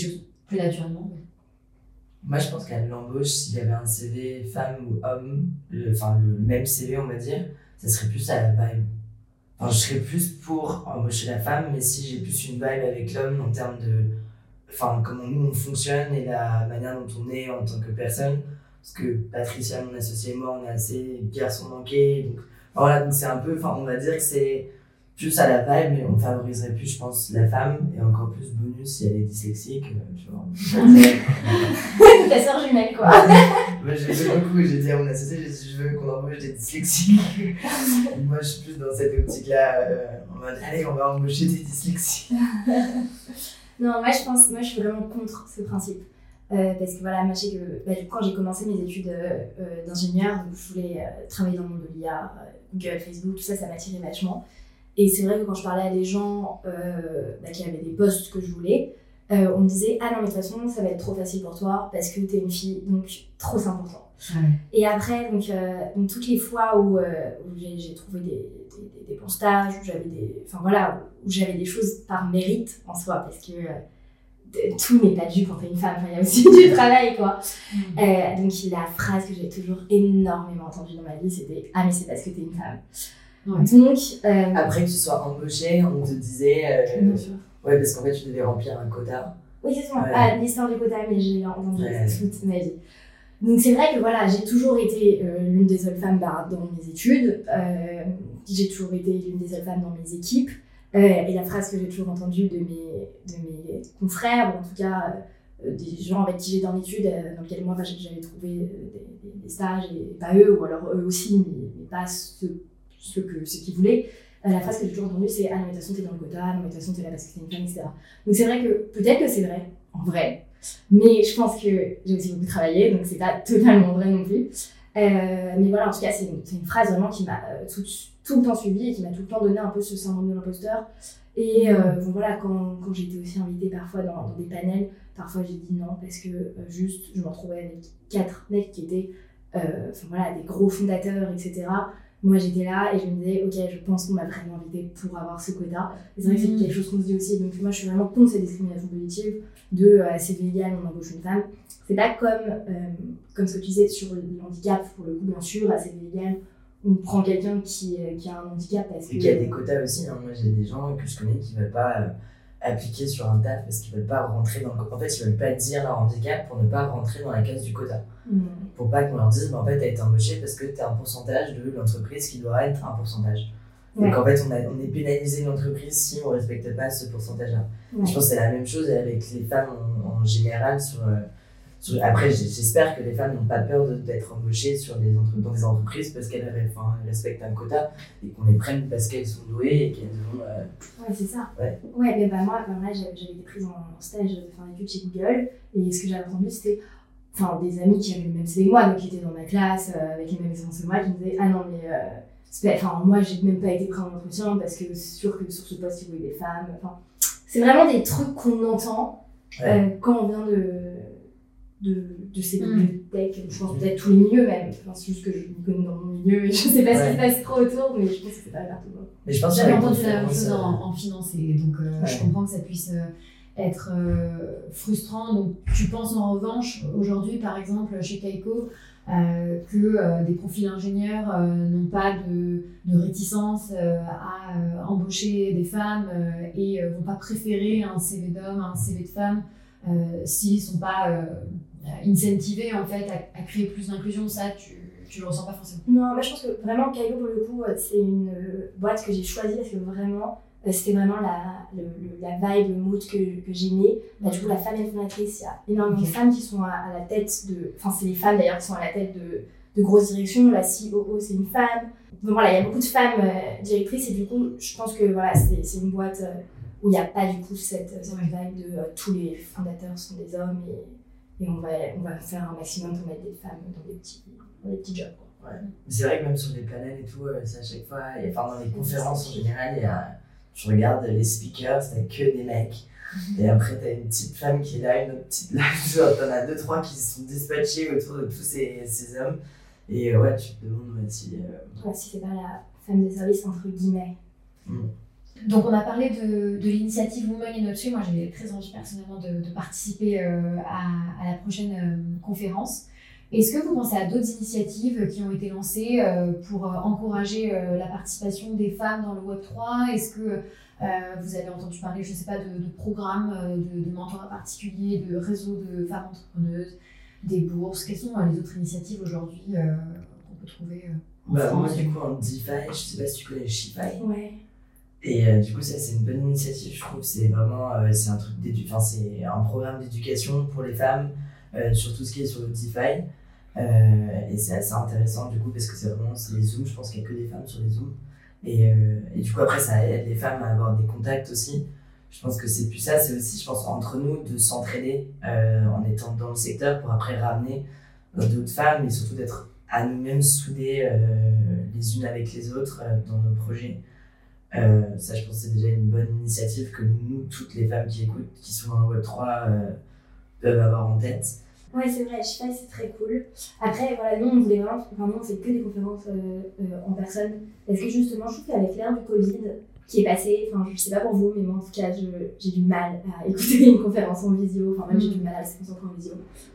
plus naturellement. Oui. Moi, je pense qu'à l'embauche, s'il y avait un C V femme ou homme, le, enfin le même C V, on va dire, ça serait plus à la vibe. Enfin, je serais plus pour embaucher la femme, mais si j'ai plus une vibe avec l'homme en termes de, enfin, comment nous on fonctionne et la manière dont on est en tant que personne. Parce que Patricia, mon associée et moi, on est assez garçons manqués. Donc, voilà, donc c'est un peu, enfin, on va dire que c'est plus à la vibe, mais on favoriserait plus, je pense, la femme, et encore plus bonus si elle est dyslexique, tu vois. Ta sœur jumelle, quoi. Moi, j'ai vu beaucoup, j'ai dit à mon associé, j'ai dit, je veux qu'on embauche des dyslexiques. Moi, je suis plus dans cette optique-là, euh, en mode, allez, on va embaucher des dyslexiques. Non, moi, je pense, moi, je suis vraiment contre ce principe. Euh, parce que voilà, moi, je sais que bah, quand j'ai commencé mes études euh, euh, d'ingénieur, donc je voulais euh, travailler dans le monde de l'I A, euh, Google, Facebook, tout ça, ça m'attirait vachement. Et c'est vrai que quand je parlais à des gens euh, bah, qui avaient des postes que je voulais, euh, on me disait « Ah non, mais de toute façon, ça va être trop facile pour toi parce que t'es une fille, donc trop c'est important. Ouais. » Et après, donc, euh, donc, toutes les fois où, euh, où j'ai, j'ai trouvé des, des, des, des bons stages, où j'avais des, enfin, voilà, où j'avais des choses par mérite en soi, parce que euh, tout n'est pas dû quand t'es une femme, il y a aussi du travail, quoi. Mmh. Euh, donc la phrase que j'ai toujours énormément entendue dans ma vie, c'était « Ah mais c'est parce que t'es une femme. » Ouais. Donc, euh... après que tu sois embauchée, on te disait. Euh... Bien sûr. Ouais, parce qu'en fait, tu devais remplir un quota. Oui, c'est ça. Ouais. Ah, l'histoire du quota, mais j'ai entendu ouais. toute ma vie. Donc, c'est vrai que voilà, j'ai toujours été euh, l'une des seules femmes bah, dans mes études. Euh, j'ai toujours été l'une des seules femmes dans mes équipes. Euh, et la phrase que j'ai toujours entendue de mes, de mes confrères, ou en tout cas euh, des gens avec qui j'étais en études, euh, dans lesquels moi bah, j'avais trouvé euh, des, des, des stages, et pas eux, ou alors eux aussi, mais, mais pas ceux. Ce, que, ce qu'ils voulaient. Euh, la phrase que j'ai toujours entendue, c'est « Ah non, mais de toute façon, t'es dans le quota, non, mais de toute façon, t'es là parce que t'es une femme, et cetera » Donc c'est vrai que, peut-être que c'est vrai, en vrai, mais je pense que j'ai aussi beaucoup travaillé, donc c'est pas totalement vrai non plus. Euh, mais voilà, en tout cas, c'est une, c'est une phrase vraiment qui m'a euh, tout, tout le temps suivie et qui m'a tout le temps donné un peu ce syndrome de l'imposteur. Et euh, bon, voilà, quand, quand j'ai été aussi invitée parfois dans, dans des panels, parfois j'ai dit non parce que euh, juste, je me retrouvais avec quatre mecs qui étaient euh, voilà, des gros fondateurs, et cetera. Moi, j'étais là et je me disais, ok, je pense qu'on m'a vraiment invité pour avoir ce quota. Et c'est vrai que c'est quelque chose qu'on se dit aussi. Donc, moi, je suis vraiment contre cette discrimination positive de euh, C V égal, on embauche une femme. C'est pas comme, euh, comme ce que tu disais sur le handicap, pour le coup, bien sûr, à C V égal, on prend quelqu'un qui, euh, qui a un handicap parce que. Et qu'il y a des quotas aussi. Hein. Moi, j'ai des gens que je connais qui veulent pas euh, appliquer sur un taf parce qu'ils veulent pas rentrer dans le. En fait, ils veulent pas dire leur handicap pour ne pas rentrer dans la case du quota. Mmh. Pour pas qu'on leur dise, bah, en fait, t'as été embauché parce que t'as un pourcentage de l'entreprise qui doit être un pourcentage. Ouais. Donc en fait, on, a, on est pénalisé l'entreprise si on respecte pas ce pourcentage-là. Ouais. Je pense que c'est la même chose avec les femmes en, en général. Sur, sur, après, j'espère que les femmes n'ont pas peur de, d'être embauchées sur des entre, dans des entreprises parce qu'elles enfin, respectent un quota et qu'on les prenne parce qu'elles sont douées et qu'elles ont. Euh... Ouais, c'est ça. Ouais, ouais mais bah, moi, bah, là, j'avais été prise en, en stage de fin d'études chez Google et ce que j'avais entendu, c'était. Enfin, des amis qui avaient le même C V que moi, donc qui étaient dans ma classe, euh, avec les mêmes expériences que moi, qui me disaient « Ah non, mais euh, enfin, moi, j'ai même pas été pris en entretien parce que c'est sûr que sur ce poste, il y avait des femmes. » Enfin, c'est vraiment des trucs qu'on entend ouais. euh, quand on vient de, de, de ces bibliothèques. Mm. Je pense peut-être tous les milieux même. Enfin, c'est juste que je me connais dans mon milieu et je sais pas ouais. ce qui se passe trop autour, mais je pense que c'est pas partout. Mais je pense que j'avais entendu la même chose en, en finance et donc euh, ouais. je comprends que ça puisse... Euh, être euh, frustrant. Donc, tu penses en revanche, aujourd'hui, par exemple, chez Kaiko, euh, que euh, des profils ingénieurs euh, n'ont pas de, de réticence euh, à euh, embaucher des femmes euh, et euh, vont pas préférer un C V d'homme à un C V de femme euh, s'ils sont pas euh, incentivés, en fait, à, à créer plus d'inclusion. Ça, tu, tu le ressens pas forcément? Non, moi, je pense que vraiment, Kaiko, pour le coup, c'est une boîte que j'ai choisie parce que vraiment, c'était vraiment la, le, le, la vibe, le mood que, que j'aimais. Bah, du coup, la femme est fondatrice, il y a énormément okay. de femmes qui sont à, à la tête de... Enfin, c'est les femmes d'ailleurs qui sont à la tête de, de grosses directions. La C O O, c'est une femme. Donc voilà, il y a beaucoup de femmes euh, directrices et du coup, je pense que voilà, c'est, c'est une boîte euh, où il n'y a pas du coup cette, cette ouais. vibe de euh, tous les fondateurs sont des hommes et, et on, va, on va faire un maximum pour mettre des femmes dans des petits, dans des petits jobs. Quoi. Ouais. C'est vrai que même sur les panels et tout, euh, c'est à chaque fois, et, enfin dans les conférences en général, il y a... Je regarde les speakers, t'as que des mecs. Mm-hmm. Et après, t'as une petite femme qui est là, une autre petite là. Genre, t'en as deux, trois qui se sont dispatchés autour de tous ces, ces hommes. Et euh, ouais, tu te demandes si. Euh... Ouais, si c'est pas la femme de service, entre guillemets. Mm. Donc on a parlé de, de l'initiative Women in Upstream. Moi j'ai très envie personnellement de, de participer euh, à, à la prochaine euh, conférence. Est-ce que vous pensez à d'autres initiatives qui ont été lancées euh, pour euh, encourager euh, la participation des femmes dans le web trois? Est-ce que euh, vous avez entendu parler, je ne sais pas, de, de programmes, euh, de, de mentorat particuliers, de réseaux de femmes entrepreneuses, des bourses? Quelles sont euh, les autres initiatives aujourd'hui euh, qu'on peut trouver euh, en bah, France? Moi du coup en DeFi, je ne sais pas si tu connais Shify. Ouais. Et euh, du coup ça c'est une bonne initiative, je trouve. C'est vraiment euh, c'est un truc d'édu- enfin, c'est un programme d'éducation pour les femmes euh, sur tout ce qui est sur le DeFi. Euh, et c'est assez intéressant du coup parce que c'est vraiment c'est les Zooms, je pense qu'il n'y a que des femmes sur les Zooms. Et, euh, et du coup après ça aide les femmes à avoir des contacts aussi. Je pense que c'est plus ça, c'est aussi je pense entre nous de s'entraider euh, en étant dans le secteur pour après ramener euh, d'autres femmes et surtout d'être à nous-mêmes soudées euh, les unes avec les autres euh, dans nos projets. Euh, ça je pense que c'est déjà une bonne initiative que nous, toutes les femmes qui écoutent, qui sont dans le web trois euh, peuvent avoir en tête. Ouais, c'est vrai, Shify, c'est très cool. Après, voilà, nous, on voulait vraiment, enfin, nous, on fait que des conférences euh, euh, en personne. Parce que justement, je trouve qu'avec l'ère du Covid qui est passée, enfin, je sais pas pour vous, mais moi, en tout cas, je, j'ai du mal à écouter une conférence en visio. Enfin, même j'ai du mal à se concentrer en visio.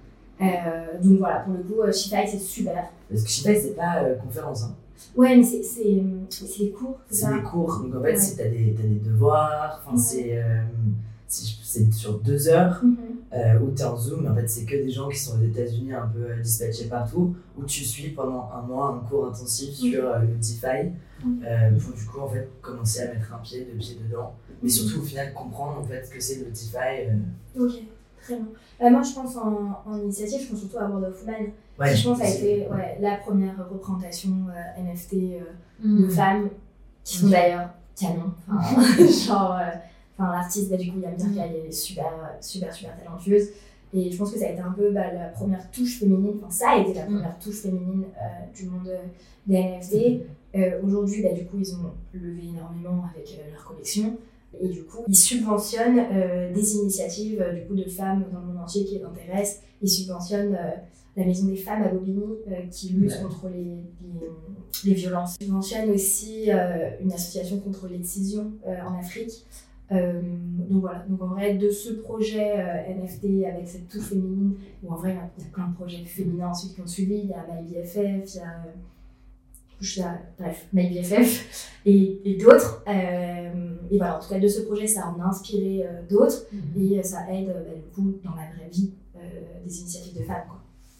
Euh, donc voilà, pour le coup, euh, Shify, c'est super. Parce que Shify, c'est pas euh, conférence, hein. Ouais, mais c'est, c'est, c'est des cours, c'est, c'est ça. des cours, donc en fait, Ouais. c'est, t'as, des, t'as des devoirs, enfin, Ouais. c'est, euh, c'est, c'est sur deux heures. Mm-hmm. Euh, où tu es en Zoom, mais en fait c'est que des gens qui sont aux États-Unis un peu euh, dispatchés partout, où tu suis pendant un mois un cours intensif sur euh, le DeFi, euh, pour du coup en fait commencer à mettre un pied, deux pieds dedans, mais surtout au final comprendre en fait ce que c'est le DeFi. Euh... Ok, très bien. Euh, moi je pense en, en initiative, je pense surtout à World of Women, Ouais, qui je pense a c'est- été ouais, la première représentation euh, N F T euh, Mmh. de femmes, qui sont Ok. d'ailleurs canon. Enfin, genre, euh, enfin, l'artiste, bah, du coup, Yam Birka, elle est super, super, super talentueuse. Et je pense que ça a été un peu bah, la première touche féminine, enfin, ça a été la première touche féminine euh, du monde euh, des N F T. Euh, aujourd'hui, bah, du coup, ils ont levé énormément avec euh, leur collection. Et du coup, ils subventionnent euh, des initiatives euh, du coup, de femmes dans le monde entier qui les intéressent. Ils subventionnent euh, la Maison des Femmes à Bobigny euh, qui lutte Ouais. contre les, les, les violences. Ils subventionnent aussi euh, une association contre l'excision euh, en Afrique. Euh, donc voilà, donc en vrai, de ce projet euh, N F T avec cette touche féminine, où en vrai, il y a- il y a plein de projets féminins ensuite qui ont suivi. Il y a MyBFF, il y a. euh, je sais pas, bref, MyBFF et, et d'autres. Euh, et voilà, en tout cas, de ce projet, ça en a inspiré euh, d'autres et euh, ça aide, euh, bah, du coup, dans la vraie vie, euh, des initiatives de femmes, quoi.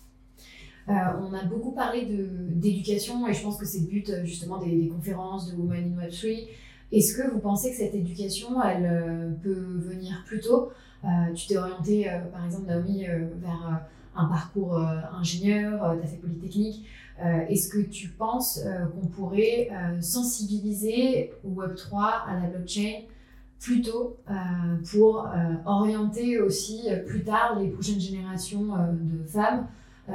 Euh, on a beaucoup parlé de, d'éducation et je pense que c'est le but euh, justement des, des conférences de Women in Web trois. Est-ce que vous pensez que cette éducation, elle euh, peut venir plus tôt? Euh, Tu t'es orientée, euh, par exemple, Naomi, euh, vers euh, un parcours euh, ingénieur, euh, tu as fait Polytechnique. Euh, Est-ce que tu penses euh, qu'on pourrait euh, sensibiliser au Web trois, à la blockchain, plus tôt euh, pour euh, orienter aussi euh, plus tard les prochaines générations euh, de femmes euh,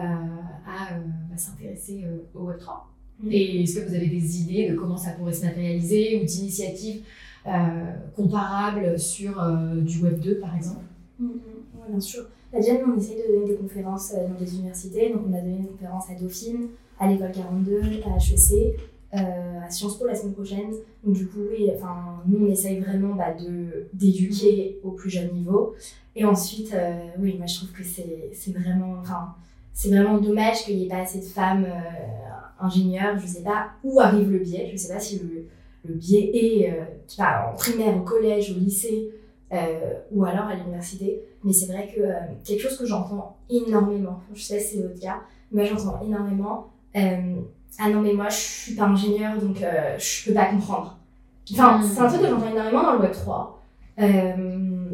à euh, bah, s'intéresser euh, au Web trois? Mm. Et est-ce que vous avez des idées de comment ça pourrait se matérialiser ou d'initiatives euh, comparables sur euh, du Web deux par exemple? Mm, mm, ouais, bien sûr. Bah, déjà, nous, on essaie de donner des conférences euh, dans des universités. Donc, on a donné une conférence à Dauphine, à l'école quarante-deux, à H E C, euh, à Sciences Po la semaine prochaine. Donc, du coup, oui, enfin, nous, on essaye vraiment bah, de, d'éduquer au plus jeune niveau. Et ensuite, euh, oui, moi, je trouve que c'est, c'est vraiment... Enfin, c'est vraiment dommage qu'il n'y ait pas assez de femmes euh, ingénieures. Je ne sais pas où arrive le biais. Je ne sais pas si le, le biais est euh, je sais pas, en primaire, au collège, au lycée, euh, ou alors à l'université. Mais c'est vrai que euh, quelque chose que j'entends énormément, je sais si c'est votre cas, mais moi j'entends énormément euh, ah non mais moi je suis pas ingénieure donc euh, je peux pas comprendre. Enfin, c'est un truc que j'entends énormément dans le Web trois. Euh,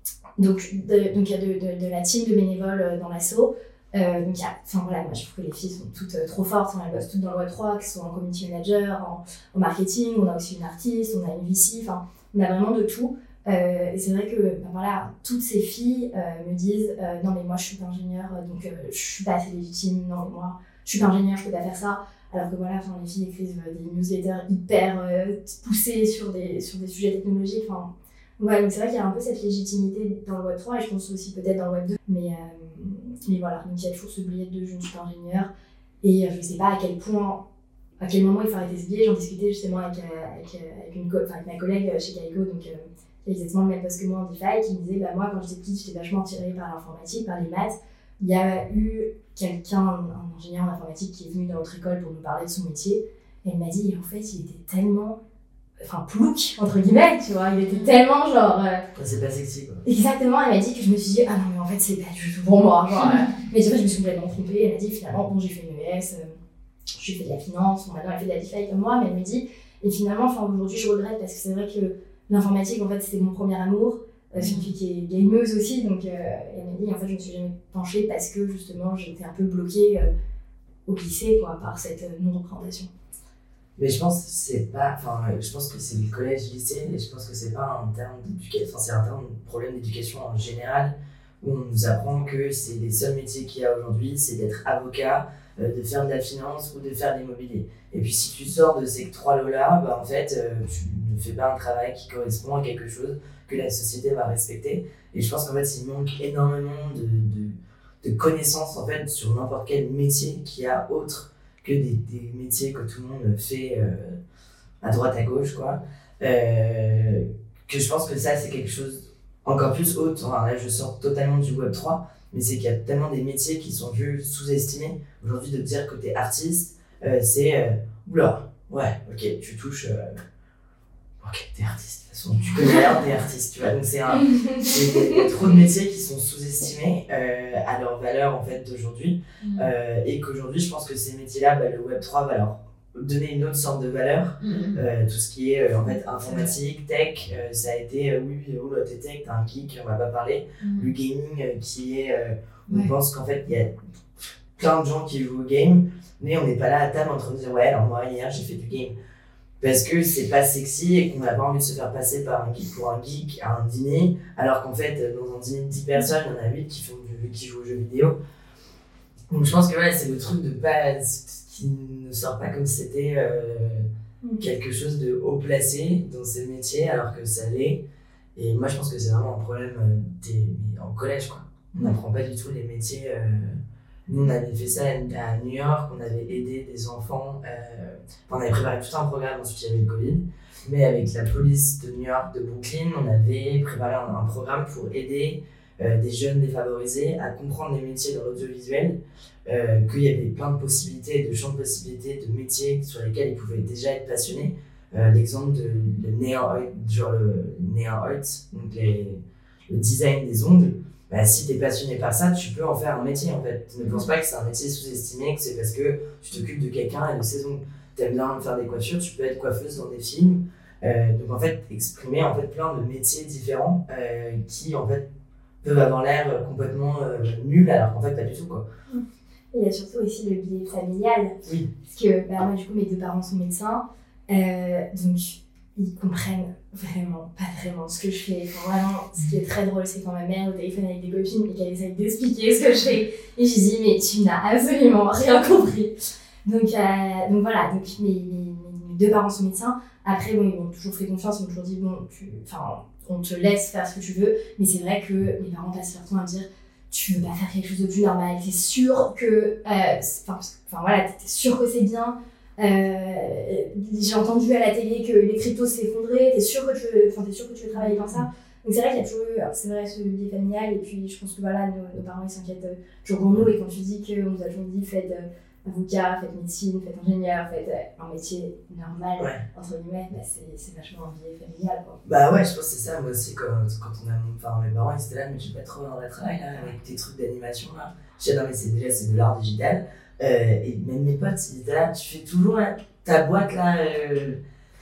donc de, donc il y a de, de, de la team de bénévoles dans l'asso. Euh, donc il y a, enfin voilà, moi je trouve que les filles sont toutes euh, trop fortes, elles bossent toutes dans le Web trois, qu'elles soient en community manager, en, en marketing, on a aussi une artiste, on a une V C, enfin on a vraiment de tout. Euh, et c'est vrai que ben voilà, toutes ces filles euh, me disent euh, non mais moi je suis pas ingénieure donc euh, je suis pas assez légitime, non mais moi je suis pas ingénieure, je peux pas faire ça. Alors que voilà, les filles écrivent euh, des newsletters hyper euh, poussées sur des, sur des sujets technologiques. Enfin, ouais, donc c'est vrai qu'il y a un peu cette légitimité dans le Web trois et je pense aussi peut-être dans le Web deux. Mais, euh, mais voilà, donc il y a toujours ce billet de je ne suis pas ingénieure et euh, je sais pas à quel point à quel moment il faut arrêter ce biais. J'en discutais justement avec, avec, avec, une co- avec ma collègue chez Kaiko, donc euh, qui a exactement le même poste que moi en DeFi, qui me disait bah, moi quand j'étais petite j'étais vachement attirée par l'informatique, par les maths. Il y a eu quelqu'un, un ingénieur en informatique qui est venu dans notre école pour nous parler de son métier et elle m'a dit en fait il était tellement enfin plouc entre guillemets, tu vois, il était tellement genre euh... c'est pas sexy quoi. Exactement, elle m'a dit que je me suis dit ah non mais en fait c'est pas du tout pour moi genre, euh... mais tu vois je me suis complètement trompée. Elle m'a dit finalement bon j'ai fait une E S, euh, j'ai fait de la finance, bon, maintenant elle fait de la DeFi comme moi, mais elle me dit et finalement enfin aujourd'hui je regrette parce que c'est vrai que l'informatique en fait c'était mon premier amour. Euh, c'est une fille qui est gameuse aussi, donc euh, elle m'a dit en fait je me suis jamais penchée parce que justement j'étais un peu bloquée euh, au lycée quoi, par cette euh, non-représentation. Mais je pense que c'est pas, enfin, je pense que c'est le collège-lycée et je pense que c'est pas un terme d'éducation, enfin, c'est un terme de problème d'éducation en général où on nous apprend que c'est les seuls métiers qu'il y a aujourd'hui, c'est d'être avocat, euh, de faire de la finance ou de faire de l'immobilier. Et puis si tu sors de ces trois lots-là, bah, en fait, euh, tu ne fais pas un travail qui correspond à quelque chose que la société va respecter. Et je pense qu'en fait, il manque énormément de, de, de connaissances en fait, sur n'importe quel métier qu'il y a autre que des, des métiers que tout le monde fait euh, à droite à gauche quoi. Euh, que je pense que ça c'est quelque chose encore plus haut. Enfin, là je sors totalement du web trois, mais c'est qu'il y a tellement des métiers qui sont vus sous-estimés. Aujourd'hui de dire que t'es artiste euh, c'est euh, oula ouais ok tu touches euh, ok t'es artiste de toute façon tu connais rien t'es artiste tu vois. Donc c'est un il y a trop de métiers qui sont sous-estimés euh, à leur valeur en fait d'aujourd'hui. Mmh. Euh, et qu'aujourd'hui je pense que ces métiers là bah, le web trois va leur donner une autre sorte de valeur. Mmh. Euh, tout ce qui est euh, en fait informatique, tech, euh, ça a été euh, oui oh là t'es tech, t'es un geek, on va pas parler. Mmh. Le gaming euh, qui est euh, on ouais. pense qu'en fait il y a plein de gens qui jouent au game mais on n'est pas là à table en train de dire ouais alors moi hier j'ai fait du game parce que c'est pas sexy et qu'on n'a pas envie de se faire passer par un geek pour un geek à un dîner alors qu'en fait dans un dîner de dix personnes il y en a huit qui, font du, qui jouent aux jeux vidéo. Donc je pense que ouais, c'est le truc de pas qui ne sort pas comme si c'était euh, mmh. quelque chose de haut placé dans ces métiers alors que ça l'est. Et moi je pense que c'est vraiment un problème euh, des, en collège quoi. On n'apprend pas du tout les métiers. Euh, Nous, on avait fait ça à New York, on avait aidé des enfants, euh, on avait préparé tout un programme, ensuite il y avait le Covid, mais avec la police de New York, de Brooklyn, on avait préparé un, un programme pour aider euh, des jeunes défavorisés à comprendre les métiers dans l'audiovisuel, euh, qu'il y avait plein de possibilités, de champs de possibilités, de métiers sur lesquels ils pouvaient déjà être passionnés. Euh, l'exemple de, de nail art, genre le nail art, donc les, le design des ongles. Bah, si tu es passionné par ça, tu peux en faire un métier en fait. Ne pense pas que c'est un métier sous-estimé, que c'est parce que tu t'occupes de quelqu'un et de ses ongles. Tu aimes bien faire des coiffures, tu peux être coiffeuse dans des films. Euh, donc en fait, exprimer en fait plein de métiers différents euh, qui en fait peuvent avoir l'air complètement euh, nuls alors qu'en fait pas du tout quoi. Et il y a surtout aussi le biais familial. Oui. Parce que bah, moi du coup mes deux parents sont médecins, euh, donc ils comprennent vraiment pas vraiment ce que je fais. Enfin, vraiment, ce qui est très drôle, c'est quand ma mère au téléphone avec des copines et qu'elle essaye d'expliquer ce que je fais. Et je dis, mais tu n'as absolument rien compris. Donc, euh, donc voilà, donc mes, mes, mes deux parents sont médecins. Après, bon, ils m'ont toujours fait confiance, ils m'ont toujours dit, bon, tu, on te laisse faire ce que tu veux. Mais c'est vrai que mes parents passent leur temps à me dire, tu veux pas faire quelque chose de plus normal, t'es sûr que, enfin euh, voilà, t'es sûr que c'est bien. Euh, j'ai entendu à la télé que les cryptos s'effondraient, t'es sûr que tu veux, enfin, t'es sûr que tu veux travailler comme ça. Donc c'est vrai qu'il y a toujours eu, c'est vrai, ce biais familial, et puis je pense que voilà, nos, nos parents ils s'inquiètent toujours pour nous, et quand tu dis qu'on nous a toujours dit faites euh, avocat, faites médecine, faites ingénieur, faites euh, un métier normal, ouais. entre guillemets, bah, c'est, c'est vachement un biais familial quoi. Bah ouais, je pense que c'est ça, moi aussi, quand, quand on a, enfin mes parents ils étaient là, mais tu vas trop dans le travail là, avec tes trucs d'animation là. Je disais non mais c'est déjà c'est de l'art digital. Euh, et même mes potes, ils étaient là, tu fais toujours là, ta boîte là, euh,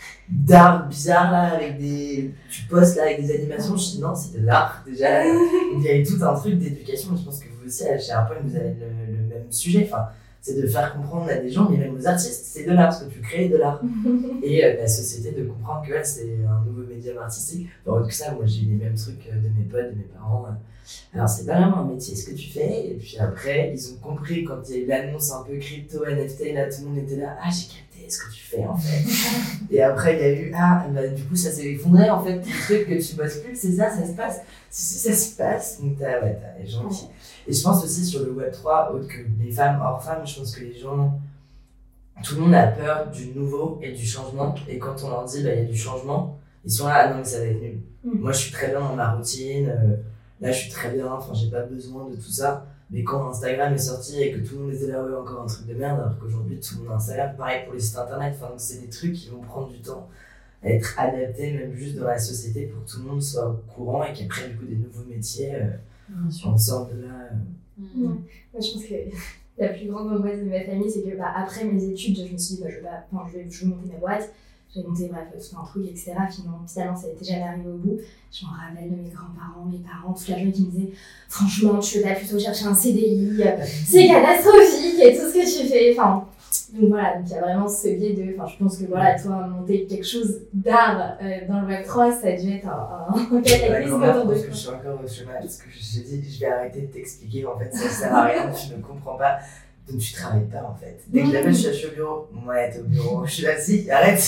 d'art bizarre là, avec des. Tu postes là avec des animations. Je dis non, c'est de l'art déjà. Il y avait tout un truc d'éducation, je pense que vous aussi, chez Artpoint, vous avez le, le même sujet. Enfin, c'est de faire comprendre à des gens, mais même aux artistes, c'est de l'art, parce que tu crées de l'art. Et euh, la société de comprendre que ouais, c'est un nouveau médium artistique. Enfin, autre que ça, moi j'ai eu les mêmes trucs de mes potes, de mes parents. Alors, c'est pas vraiment un métier ce que tu fais. Et puis après, ils ont compris quand il y a eu l'annonce un peu crypto, N F T, là, tout le monde était là. Ah, j'ai capté ce que tu fais en fait. Et après, il y a eu Ah, bah, du coup, ça s'est effondré en fait. Le truc que tu bosses plus, c'est ça, ça se passe. C'est ça se passe. Donc, t'as, ouais, t'as les gens qui. Et je pense aussi sur le web trois, autre que les femmes hors femmes, je pense que les gens tout le monde a peur du nouveau et du changement. Et quand on leur dit, bah, il y a du changement, ils sont là, ah non, mais ça va être nul. Mm. Moi, je suis très bien dans ma routine. Euh, là, je suis très bien. Enfin, j'ai pas besoin de tout ça. Mais quand Instagram est sorti et que tout le monde était là, ouais, encore un truc de merde, alors qu'aujourd'hui, tout le monde a Instagram. Pareil pour les sites internet. Enfin, donc, c'est des trucs qui vont prendre du temps à être adaptés, même juste dans la société, pour que tout le monde soit au courant et qu'après, du coup, des nouveaux métiers, euh, on sorte de là. Euh... Mm. Ouais. Moi, je pense que la plus grande angoisse de ma famille, c'est que bah, après mes études, je me suis dit, bah, je, vais pas, enfin, je, vais, je vais monter ma boîte. J'ai monté, bref, tout un truc, et cetera. Finalement, finalement, ça n'était jamais arrivé au bout. Je m'en rappelle de mes grands-parents, mes parents, toute la journée qui me disaient franchement, tu veux pas plutôt chercher un C D I, c'est catastrophique et tout ce que tu fais. Enfin, donc voilà, donc il y a vraiment ce biais de. Enfin, je pense que voilà, toi, monter quelque chose d'art euh, dans le web trois, ça a dû être un, un cataclysme autour de toi. Je pense que je suis encore au chômage parce que j'ai dit, je vais arrêter de t'expliquer. En fait, ça sert à rien, tu ne comprends pas. Donc tu travailles pas en fait. Dès que je l'appelle, je suis au bureau. Ouais, t'es au bureau. Je suis là, si, arrête.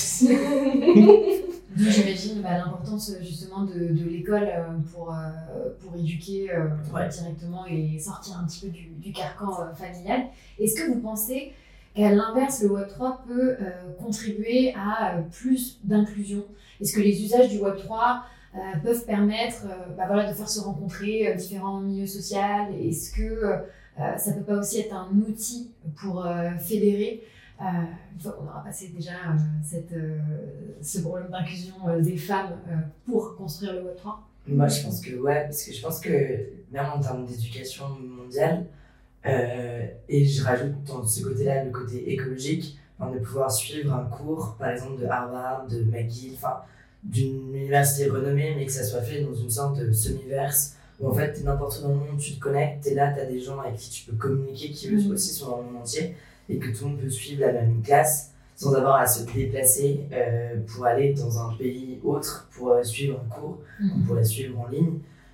J'imagine bah, l'importance justement de, de l'école pour, pour éduquer euh, ouais. directement et sortir un petit peu du, du carcan euh, familial. Est-ce que vous pensez qu'à l'inverse, le web trois peut euh, contribuer à euh, plus d'inclusion ? Est-ce que les usages du web trois euh, peuvent permettre euh, bah, voilà, de faire se rencontrer euh, différents milieux sociaux ? Est-ce que euh, Euh, ça peut pas aussi être un outil pour euh, fédérer euh, une fois qu'on aura passé déjà euh, cette, euh, ce problème d'inclusion euh, des femmes euh, pour construire le web trois? Moi je pense que ouais, parce que je pense que même en termes d'éducation mondiale, euh, et je rajoute dans ce côté-là le côté écologique, enfin, de pouvoir suivre un cours par exemple de Harvard, de McGill, enfin d'une université renommée, mais que ça soit fait dans une sorte de semi-verse où en fait t'es n'importe où dans le monde, tu te connectes, t'es là, t'as des gens avec qui tu peux communiquer, qui eux mmh. aussi sont dans le monde entier, et que tout le monde peut suivre la même classe sans avoir à se déplacer euh, pour aller dans un pays autre pour euh, suivre un cours mmh. ou pour la suivre en ligne.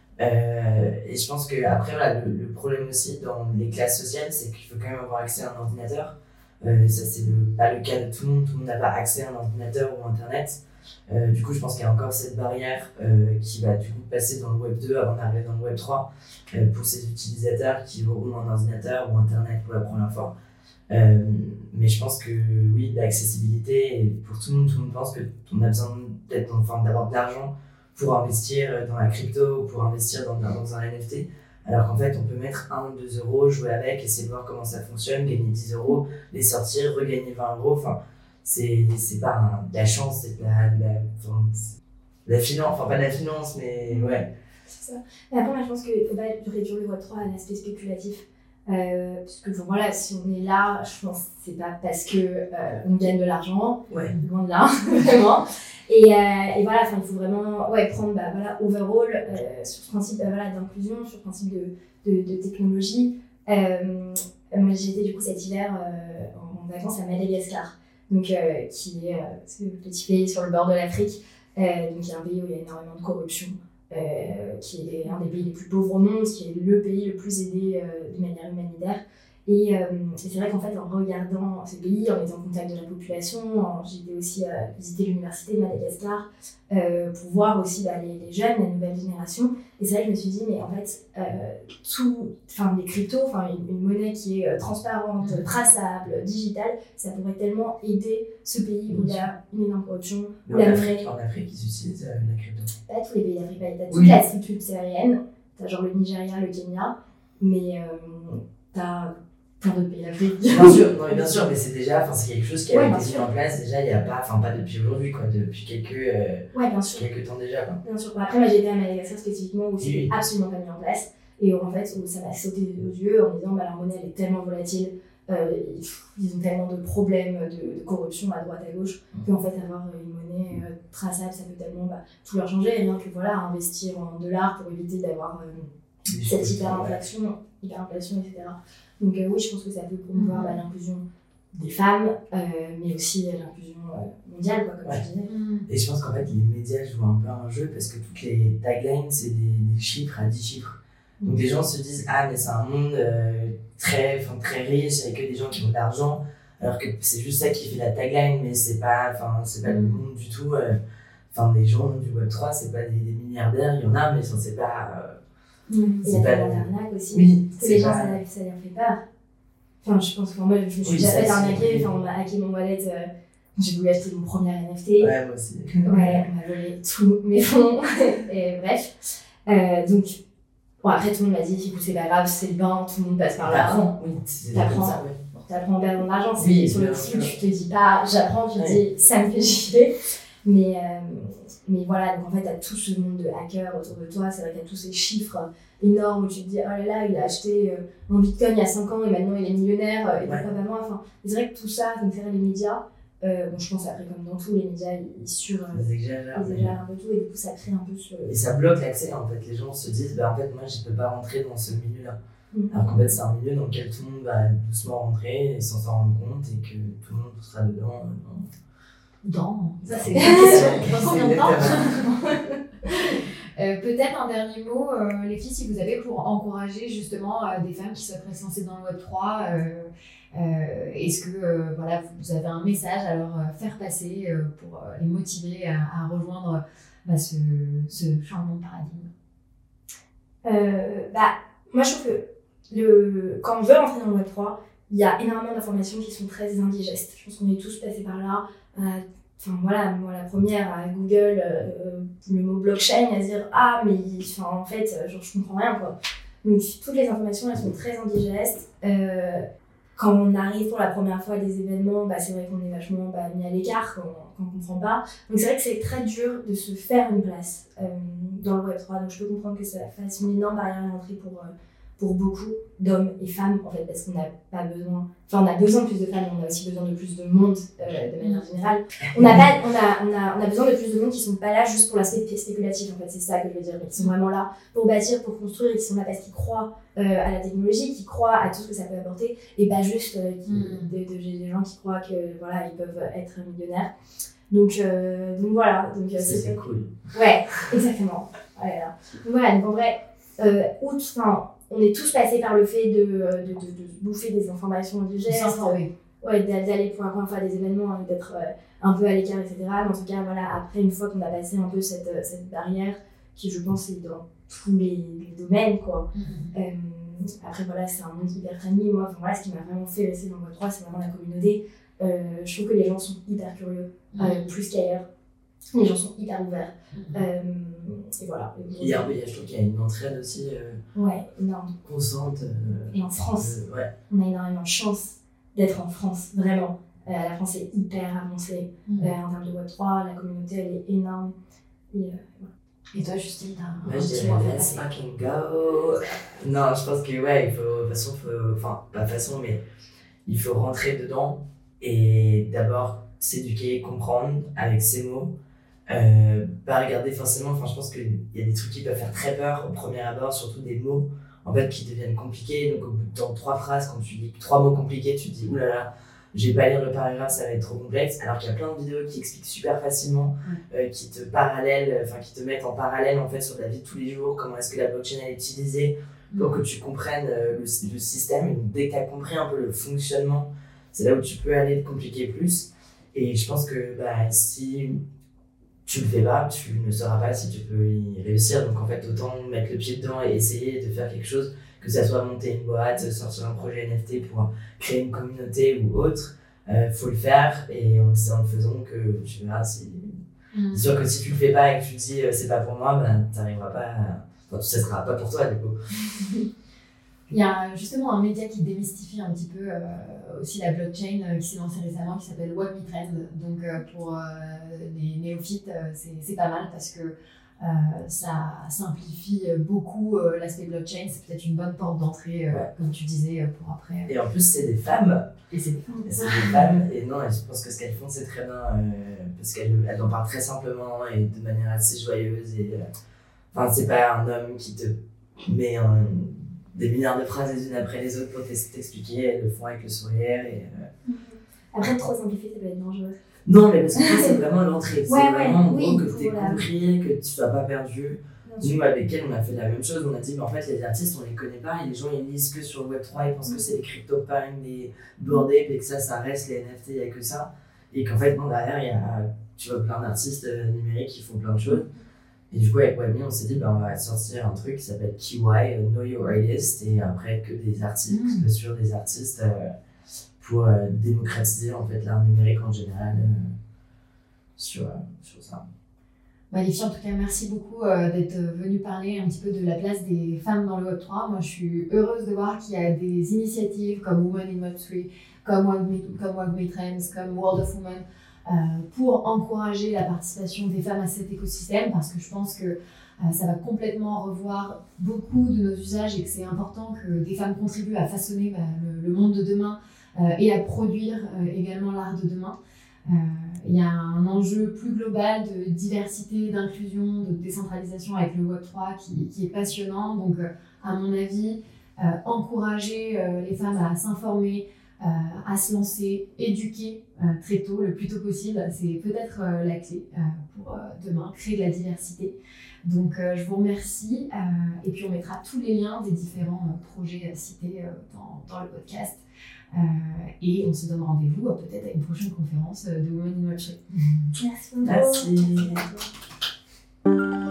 Euh, et je pense qu'après, voilà, le, le problème aussi dans les classes sociales, c'est qu'il faut quand même avoir accès à un ordinateur. Euh, ça, c'est le, pas le cas de tout le monde, tout le monde n'a pas accès à un ordinateur ou Internet. Euh, du coup, je pense qu'il y a encore cette barrière euh, qui va du coup passer dans le web deux avant d'arriver dans le web trois euh, pour ces utilisateurs qui auront un ordinateur ou Internet pour la première fois. Euh, mais je pense que oui, l'accessibilité pour tout le monde, tout le monde pense qu'on a besoin d'être, enfin, d'avoir de l'argent pour investir dans la crypto ou pour investir dans, dans un N F T. Alors qu'en fait, on peut mettre un ou deux euros, jouer avec, essayer de voir comment ça fonctionne, gagner dix euros, les sortir, regagner vingt euros. Enfin, c'est, c'est pas un, de la chance, c'est de la, de la, enfin, de la finance, enfin pas de la finance, mais ouais. C'est ça. Mais après, moi, je pense qu'il ne faut pas réduire le web trois à un aspect spéculatif. Euh, parce que voilà, si on est là, je pense que c'est pas parce que euh, on gagne de l'argent, ouais. loin de là, vraiment. Et, euh, et voilà, il faut vraiment ouais, prendre bah, voilà, overall euh, sur ce principe euh, voilà, d'inclusion, sur le principe de, de, de technologie. Euh, moi, j'ai été du coup cet hiver euh, en vacances à Madagascar, donc, euh, qui est euh, ce petit pays sur le bord de l'Afrique, euh, donc il y a un pays où il y a énormément de corruption. Euh, qui est un des pays les plus pauvres au monde, qui est le pays le plus aidé euh, de manière humanitaire. Et, euh, et c'est vrai qu'en fait, en regardant ce pays, en étant en contact de la population, en, j'ai été aussi euh, visiter l'université de Madagascar euh, pour voir aussi bah, les, les jeunes, la nouvelle génération. Et c'est vrai que je me suis dit, mais en fait, euh, tout, enfin, les cryptos, enfin, une, une monnaie qui est euh, transparente, mmh. traçable, digitale, ça pourrait tellement aider ce pays mmh. où il y a une énorme corruption. Mais en, Afrique, en Afrique, ils utilisent euh, la crypto. Pas tous les pays d'Afrique, t'as toute oui. la strip subsaharienne, t'as genre le Nigeria, le Kenya, mais euh, t'as plein d'autres pays d'Afrique. Bien sûr, non, mais bien sûr, mais c'est déjà, enfin, c'est quelque chose qui a ouais, été mis en place déjà, il y a pas, enfin, pas depuis aujourd'hui, quoi, depuis quelques, euh, ouais, bien sûr. quelques temps déjà, quoi. Bien sûr. Bon, après, moi, j'ai été à Madagascar spécifiquement où c'était oui. absolument pas mis en place, et où, en fait, où ça m'a sauté aux yeux en me disant, bah, leur monnaie, elle est tellement volatile, euh, ils ont tellement de problèmes de, de corruption à droite, à gauche, mmh. qu'en fait, avoir une monnaie euh, traçable, ça peut tellement bah, tout leur changer, et rien que, voilà, investir en dollars pour éviter d'avoir euh, cette hyperinflation, ouais. hyperinflation, et cetera. Donc euh, oui, je pense que ça peut promouvoir mmh. bah, l'inclusion des femmes, euh, mais aussi euh, l'inclusion euh, mondiale, quoi, comme ouais. tu disais. Mmh. Et je pense qu'en fait, les médias jouent un peu un jeu parce que toutes les taglines, c'est des, des chiffres à dix chiffres. Mmh. Donc les gens se disent, ah, mais c'est un monde euh, très, très riche avec que des gens qui ont de l'argent, alors que c'est juste ça qui fait la tagline, mais c'est pas, c'est pas mmh. le monde du tout. Enfin, euh, les gens du web trois, c'est pas des, des milliardaires, il y en a, mais c'est pas. Euh, Mmh. Et la l'arnaque aussi. Oui, parce que les gens, ça, ça leur fait peur. Enfin, je pense que moi, je me suis Oui, déjà ça, fait c'est- arnaquer. Enfin, on m'a hacké mon wallet. euh, J'ai voulu acheter mon premier N F T. Ouais, moi aussi. Ouais, on m'a volé tous mes fonds. Et bref. Euh, donc, bon, après, tout le monde m'a dit écoute, c'est pas grave, c'est le bain, tout le monde passe par là. T'apprends, oui, c'est comme T'apprends. ça, oui. T'apprends à perdre de l'argent. C'est Oui, sur le bien coup, sûr. tu te dis pas j'apprends, tu te Ouais. dis ça me fait chier. Mais, euh, mais voilà, donc en fait, t'as tout ce monde de hackers autour de toi. C'est vrai qu'il y a tous ces chiffres énormes où tu te dis oh là là, il a acheté euh, mon bitcoin il y a cinq ans et maintenant il est millionnaire. euh, Et pourquoi pas moi enfin, c'est vrai que tout ça, donc c'est vrai, les médias, euh, bon, je pense après, comme dans tout, les médias, ils, ils sur. euh, Ils exagèrent. ils exagèrent un peu tout et du coup, ça crée un peu ce. Et ça bloque l'accès en fait. Les gens se disent bah en fait moi je peux pas rentrer dans ce milieu-là. Mm. Alors qu'en fait c'est un milieu dans lequel tout le monde va doucement rentrer et sans s'en rendre compte et que tout le monde sera dedans. euh, Dans. Ça, c'est dans- la question. Dans combien de temps Exactement. Euh, Peut-être un dernier mot, euh, les filles, si vous avez pour encourager justement euh, des femmes qui souhaiteraient se lancer dans le web trois, euh, euh, est-ce que euh, voilà, vous avez un message à leur euh, faire passer euh, pour euh, les motiver à, à rejoindre bah, ce, ce changement de paradigme? Euh, bah, moi, je trouve que le... quand on veut rentrer dans le web trois, il y a énormément d'informations qui sont très indigestes. Je pense qu'on est tous passés par là. Euh, Enfin voilà, moi la première à Google, euh, le mot blockchain, à se dire ah mais enfin, en fait, genre, je comprends rien quoi. Donc toutes les informations elles sont très indigestes. Euh, quand on arrive pour la première fois à des événements, bah, c'est vrai qu'on est vachement bah, mis à l'écart quand, quand on comprend pas. Donc c'est vrai que c'est très dur de se faire une place euh, dans le web trois. Donc je peux comprendre que ça fasse une énorme barrière à l'entrée pour, euh, pour beaucoup d'hommes et femmes en fait, parce qu'on n'a pas besoin, enfin on a besoin de plus de femmes, mais on a aussi besoin de plus de monde euh, de manière générale. On a, pas, on, a, on, a, on a besoin de plus de monde qui sont pas là juste pour l'aspect spéculatif en fait, c'est ça que je veux dire, mais qui sont vraiment là pour bâtir, pour construire, et qui sont là parce qu'ils croient euh, à la technologie, qui croient à tout ce que ça peut apporter, et pas juste euh, qui, Mm. de, de, des gens qui croient que voilà ils peuvent être millionnaires. Donc, euh, donc voilà, donc euh, C'est c'est c'est cool. ouais, exactement. Voilà. Donc voilà, donc en vrai, euh, outre, enfin, on est tous passés par le fait de, de, de, de bouffer des informations De digestes, s'informer. ouais, d'a- d'aller pour la première fois à des événements, hein, d'être euh, un peu à l'écart, et cetera. Mais en tout cas, voilà, après, une fois qu'on a passé un peu cette, euh, cette barrière, qui je pense est dans tous les, les domaines, quoi. Mhm. Euh, après, voilà, c'est un monde hyper friendly. Moi, enfin, voilà, ce qui m'a vraiment fait rester dans le web trois, c'est vraiment la communauté. Euh, je trouve que les gens sont hyper curieux, euh, Mhm. plus qu'ailleurs. Les gens sont hyper ouverts. Mhm. Euh, et voilà. Il y a, oui, je trouve qu'il y a une entraide aussi euh, Ouais, énorme. constante. euh, Et en France, euh, ouais. on a énormément de chance d'être en France, vraiment. Euh, la France est hyper avancée Mhm. euh, en termes de web trois, la communauté elle est énorme. Et, euh, voilà. Et toi, Justine, t'as un, Moi, un je petit mot à dirais faire let's passer? fucking go. Non, je pense que, ouais, il faut, de toute façon, faut, enfin, pas de façon, mais il faut rentrer dedans et d'abord s'éduquer, comprendre avec ses mots. Euh, pas regarder forcément, enfin, je pense qu'il y a des trucs qui peuvent faire très peur au premier abord, surtout des mots, en fait, qui deviennent compliqués. Donc, au bout de dans trois phrases, quand tu dis trois mots compliqués, tu te dis, oulala, là là, je vais pas lire le paragraphe, ça va être trop complexe. Alors qu'il y a plein de vidéos qui expliquent super facilement, euh, qui te parallèlent, enfin, qui te mettent en parallèle, en fait, sur la vie de tous les jours, comment est-ce que la blockchain est utilisée pour que tu comprennes euh, le, le système. Et donc, dès que tu as compris un peu le fonctionnement, c'est là où tu peux aller te compliquer plus. Et je pense que bah, si tu le fais pas, tu ne sauras pas si tu peux y réussir. Donc en fait, autant mettre le pied dedans et essayer de faire quelque chose, que ça soit monter une boîte, sortir un projet N F T pour créer une communauté ou autre. Euh, faut le faire et c'est en le faisant que tu verras si... Mhm. C'est sûr que si tu le fais pas et que tu te dis euh, c'est pas pour moi, ben t'arriveras pas à... Enfin, ça sera pas pour toi du coup. Il y a justement un média qui démystifie un petit peu euh, aussi la blockchain euh, qui s'est lancé récemment, qui s'appelle WebMeTrend. Donc euh, pour euh, les néophytes, euh, c'est, c'est pas mal parce que euh, ça simplifie beaucoup euh, l'aspect blockchain. C'est peut-être une bonne porte d'entrée, euh, Ouais. comme tu disais, euh, pour après. Et en plus, c'est des femmes. Et c'est Et c'est des femmes. Et non, et je pense que ce qu'elles font, c'est très bien. Euh, parce qu'elles elles en parlent très simplement et de manière assez joyeuse. Et, euh, enfin, c'est pas un homme qui te met un, des milliards de phrases les unes après les autres pour t'expliquer. Elles le font avec le sourire. Et, euh... Après, trop simplifié, ça peut être dangereux. Non, mais parce que toi, c'est vraiment l'entrée. C'est Ouais, vraiment en ouais, gros oui, que tu aies voilà. compris, que tu sois pas perdu. Bien sûr. Nous, avec elle, on a fait la même chose. On a dit, mais en fait, les artistes, on les connaît pas. Et les gens, ils lisent que sur le web trois. Ils pensent que c'est les CryptoPunks, les Bored Ape, et que ça, ça reste les N F T, il n'y a que ça. Et qu'en fait, non, derrière, il y a, tu vois, plein d'artistes euh, numériques qui font plein de choses. Et du coup, avec Webme, on s'est dit, ben, on va sortir un truc qui s'appelle K Y, Know Your Artist, et après que des artistes, Mmh. que sur des artistes euh, pour euh, démocratiser en fait l'art numérique en général euh, sur, euh, sur ça. Bah, les filles, en tout cas, merci beaucoup euh, d'être venues parler un petit peu de la place des femmes dans le web trois. Moi, je suis heureuse de voir qu'il y a des initiatives comme Women in web trois, comme Wagme, comme Wagme Trends, comme World of Women, euh, pour encourager la participation des femmes à cet écosystème, parce que je pense que euh, ça va complètement revoir beaucoup de nos usages et que c'est important que des femmes contribuent à façonner bah, le, le monde de demain euh, et à produire euh, également l'art de demain. Euh, il y a un enjeu plus global de diversité, d'inclusion, de décentralisation avec le web trois qui, qui est passionnant. Donc, euh, à mon avis, euh, encourager euh, les femmes à s'informer, euh, à se lancer, éduquer euh, très tôt, le plus tôt possible, c'est peut-être euh, la clé euh, pour euh, demain, créer de la diversité. Donc, euh, je vous remercie euh, et puis on mettra tous les liens des différents euh, projets cités euh, dans, dans le podcast. Euh, et on se donne rendez-vous euh, peut-être à une prochaine conférence euh, de Women in web trois. Merci beaucoup. Merci.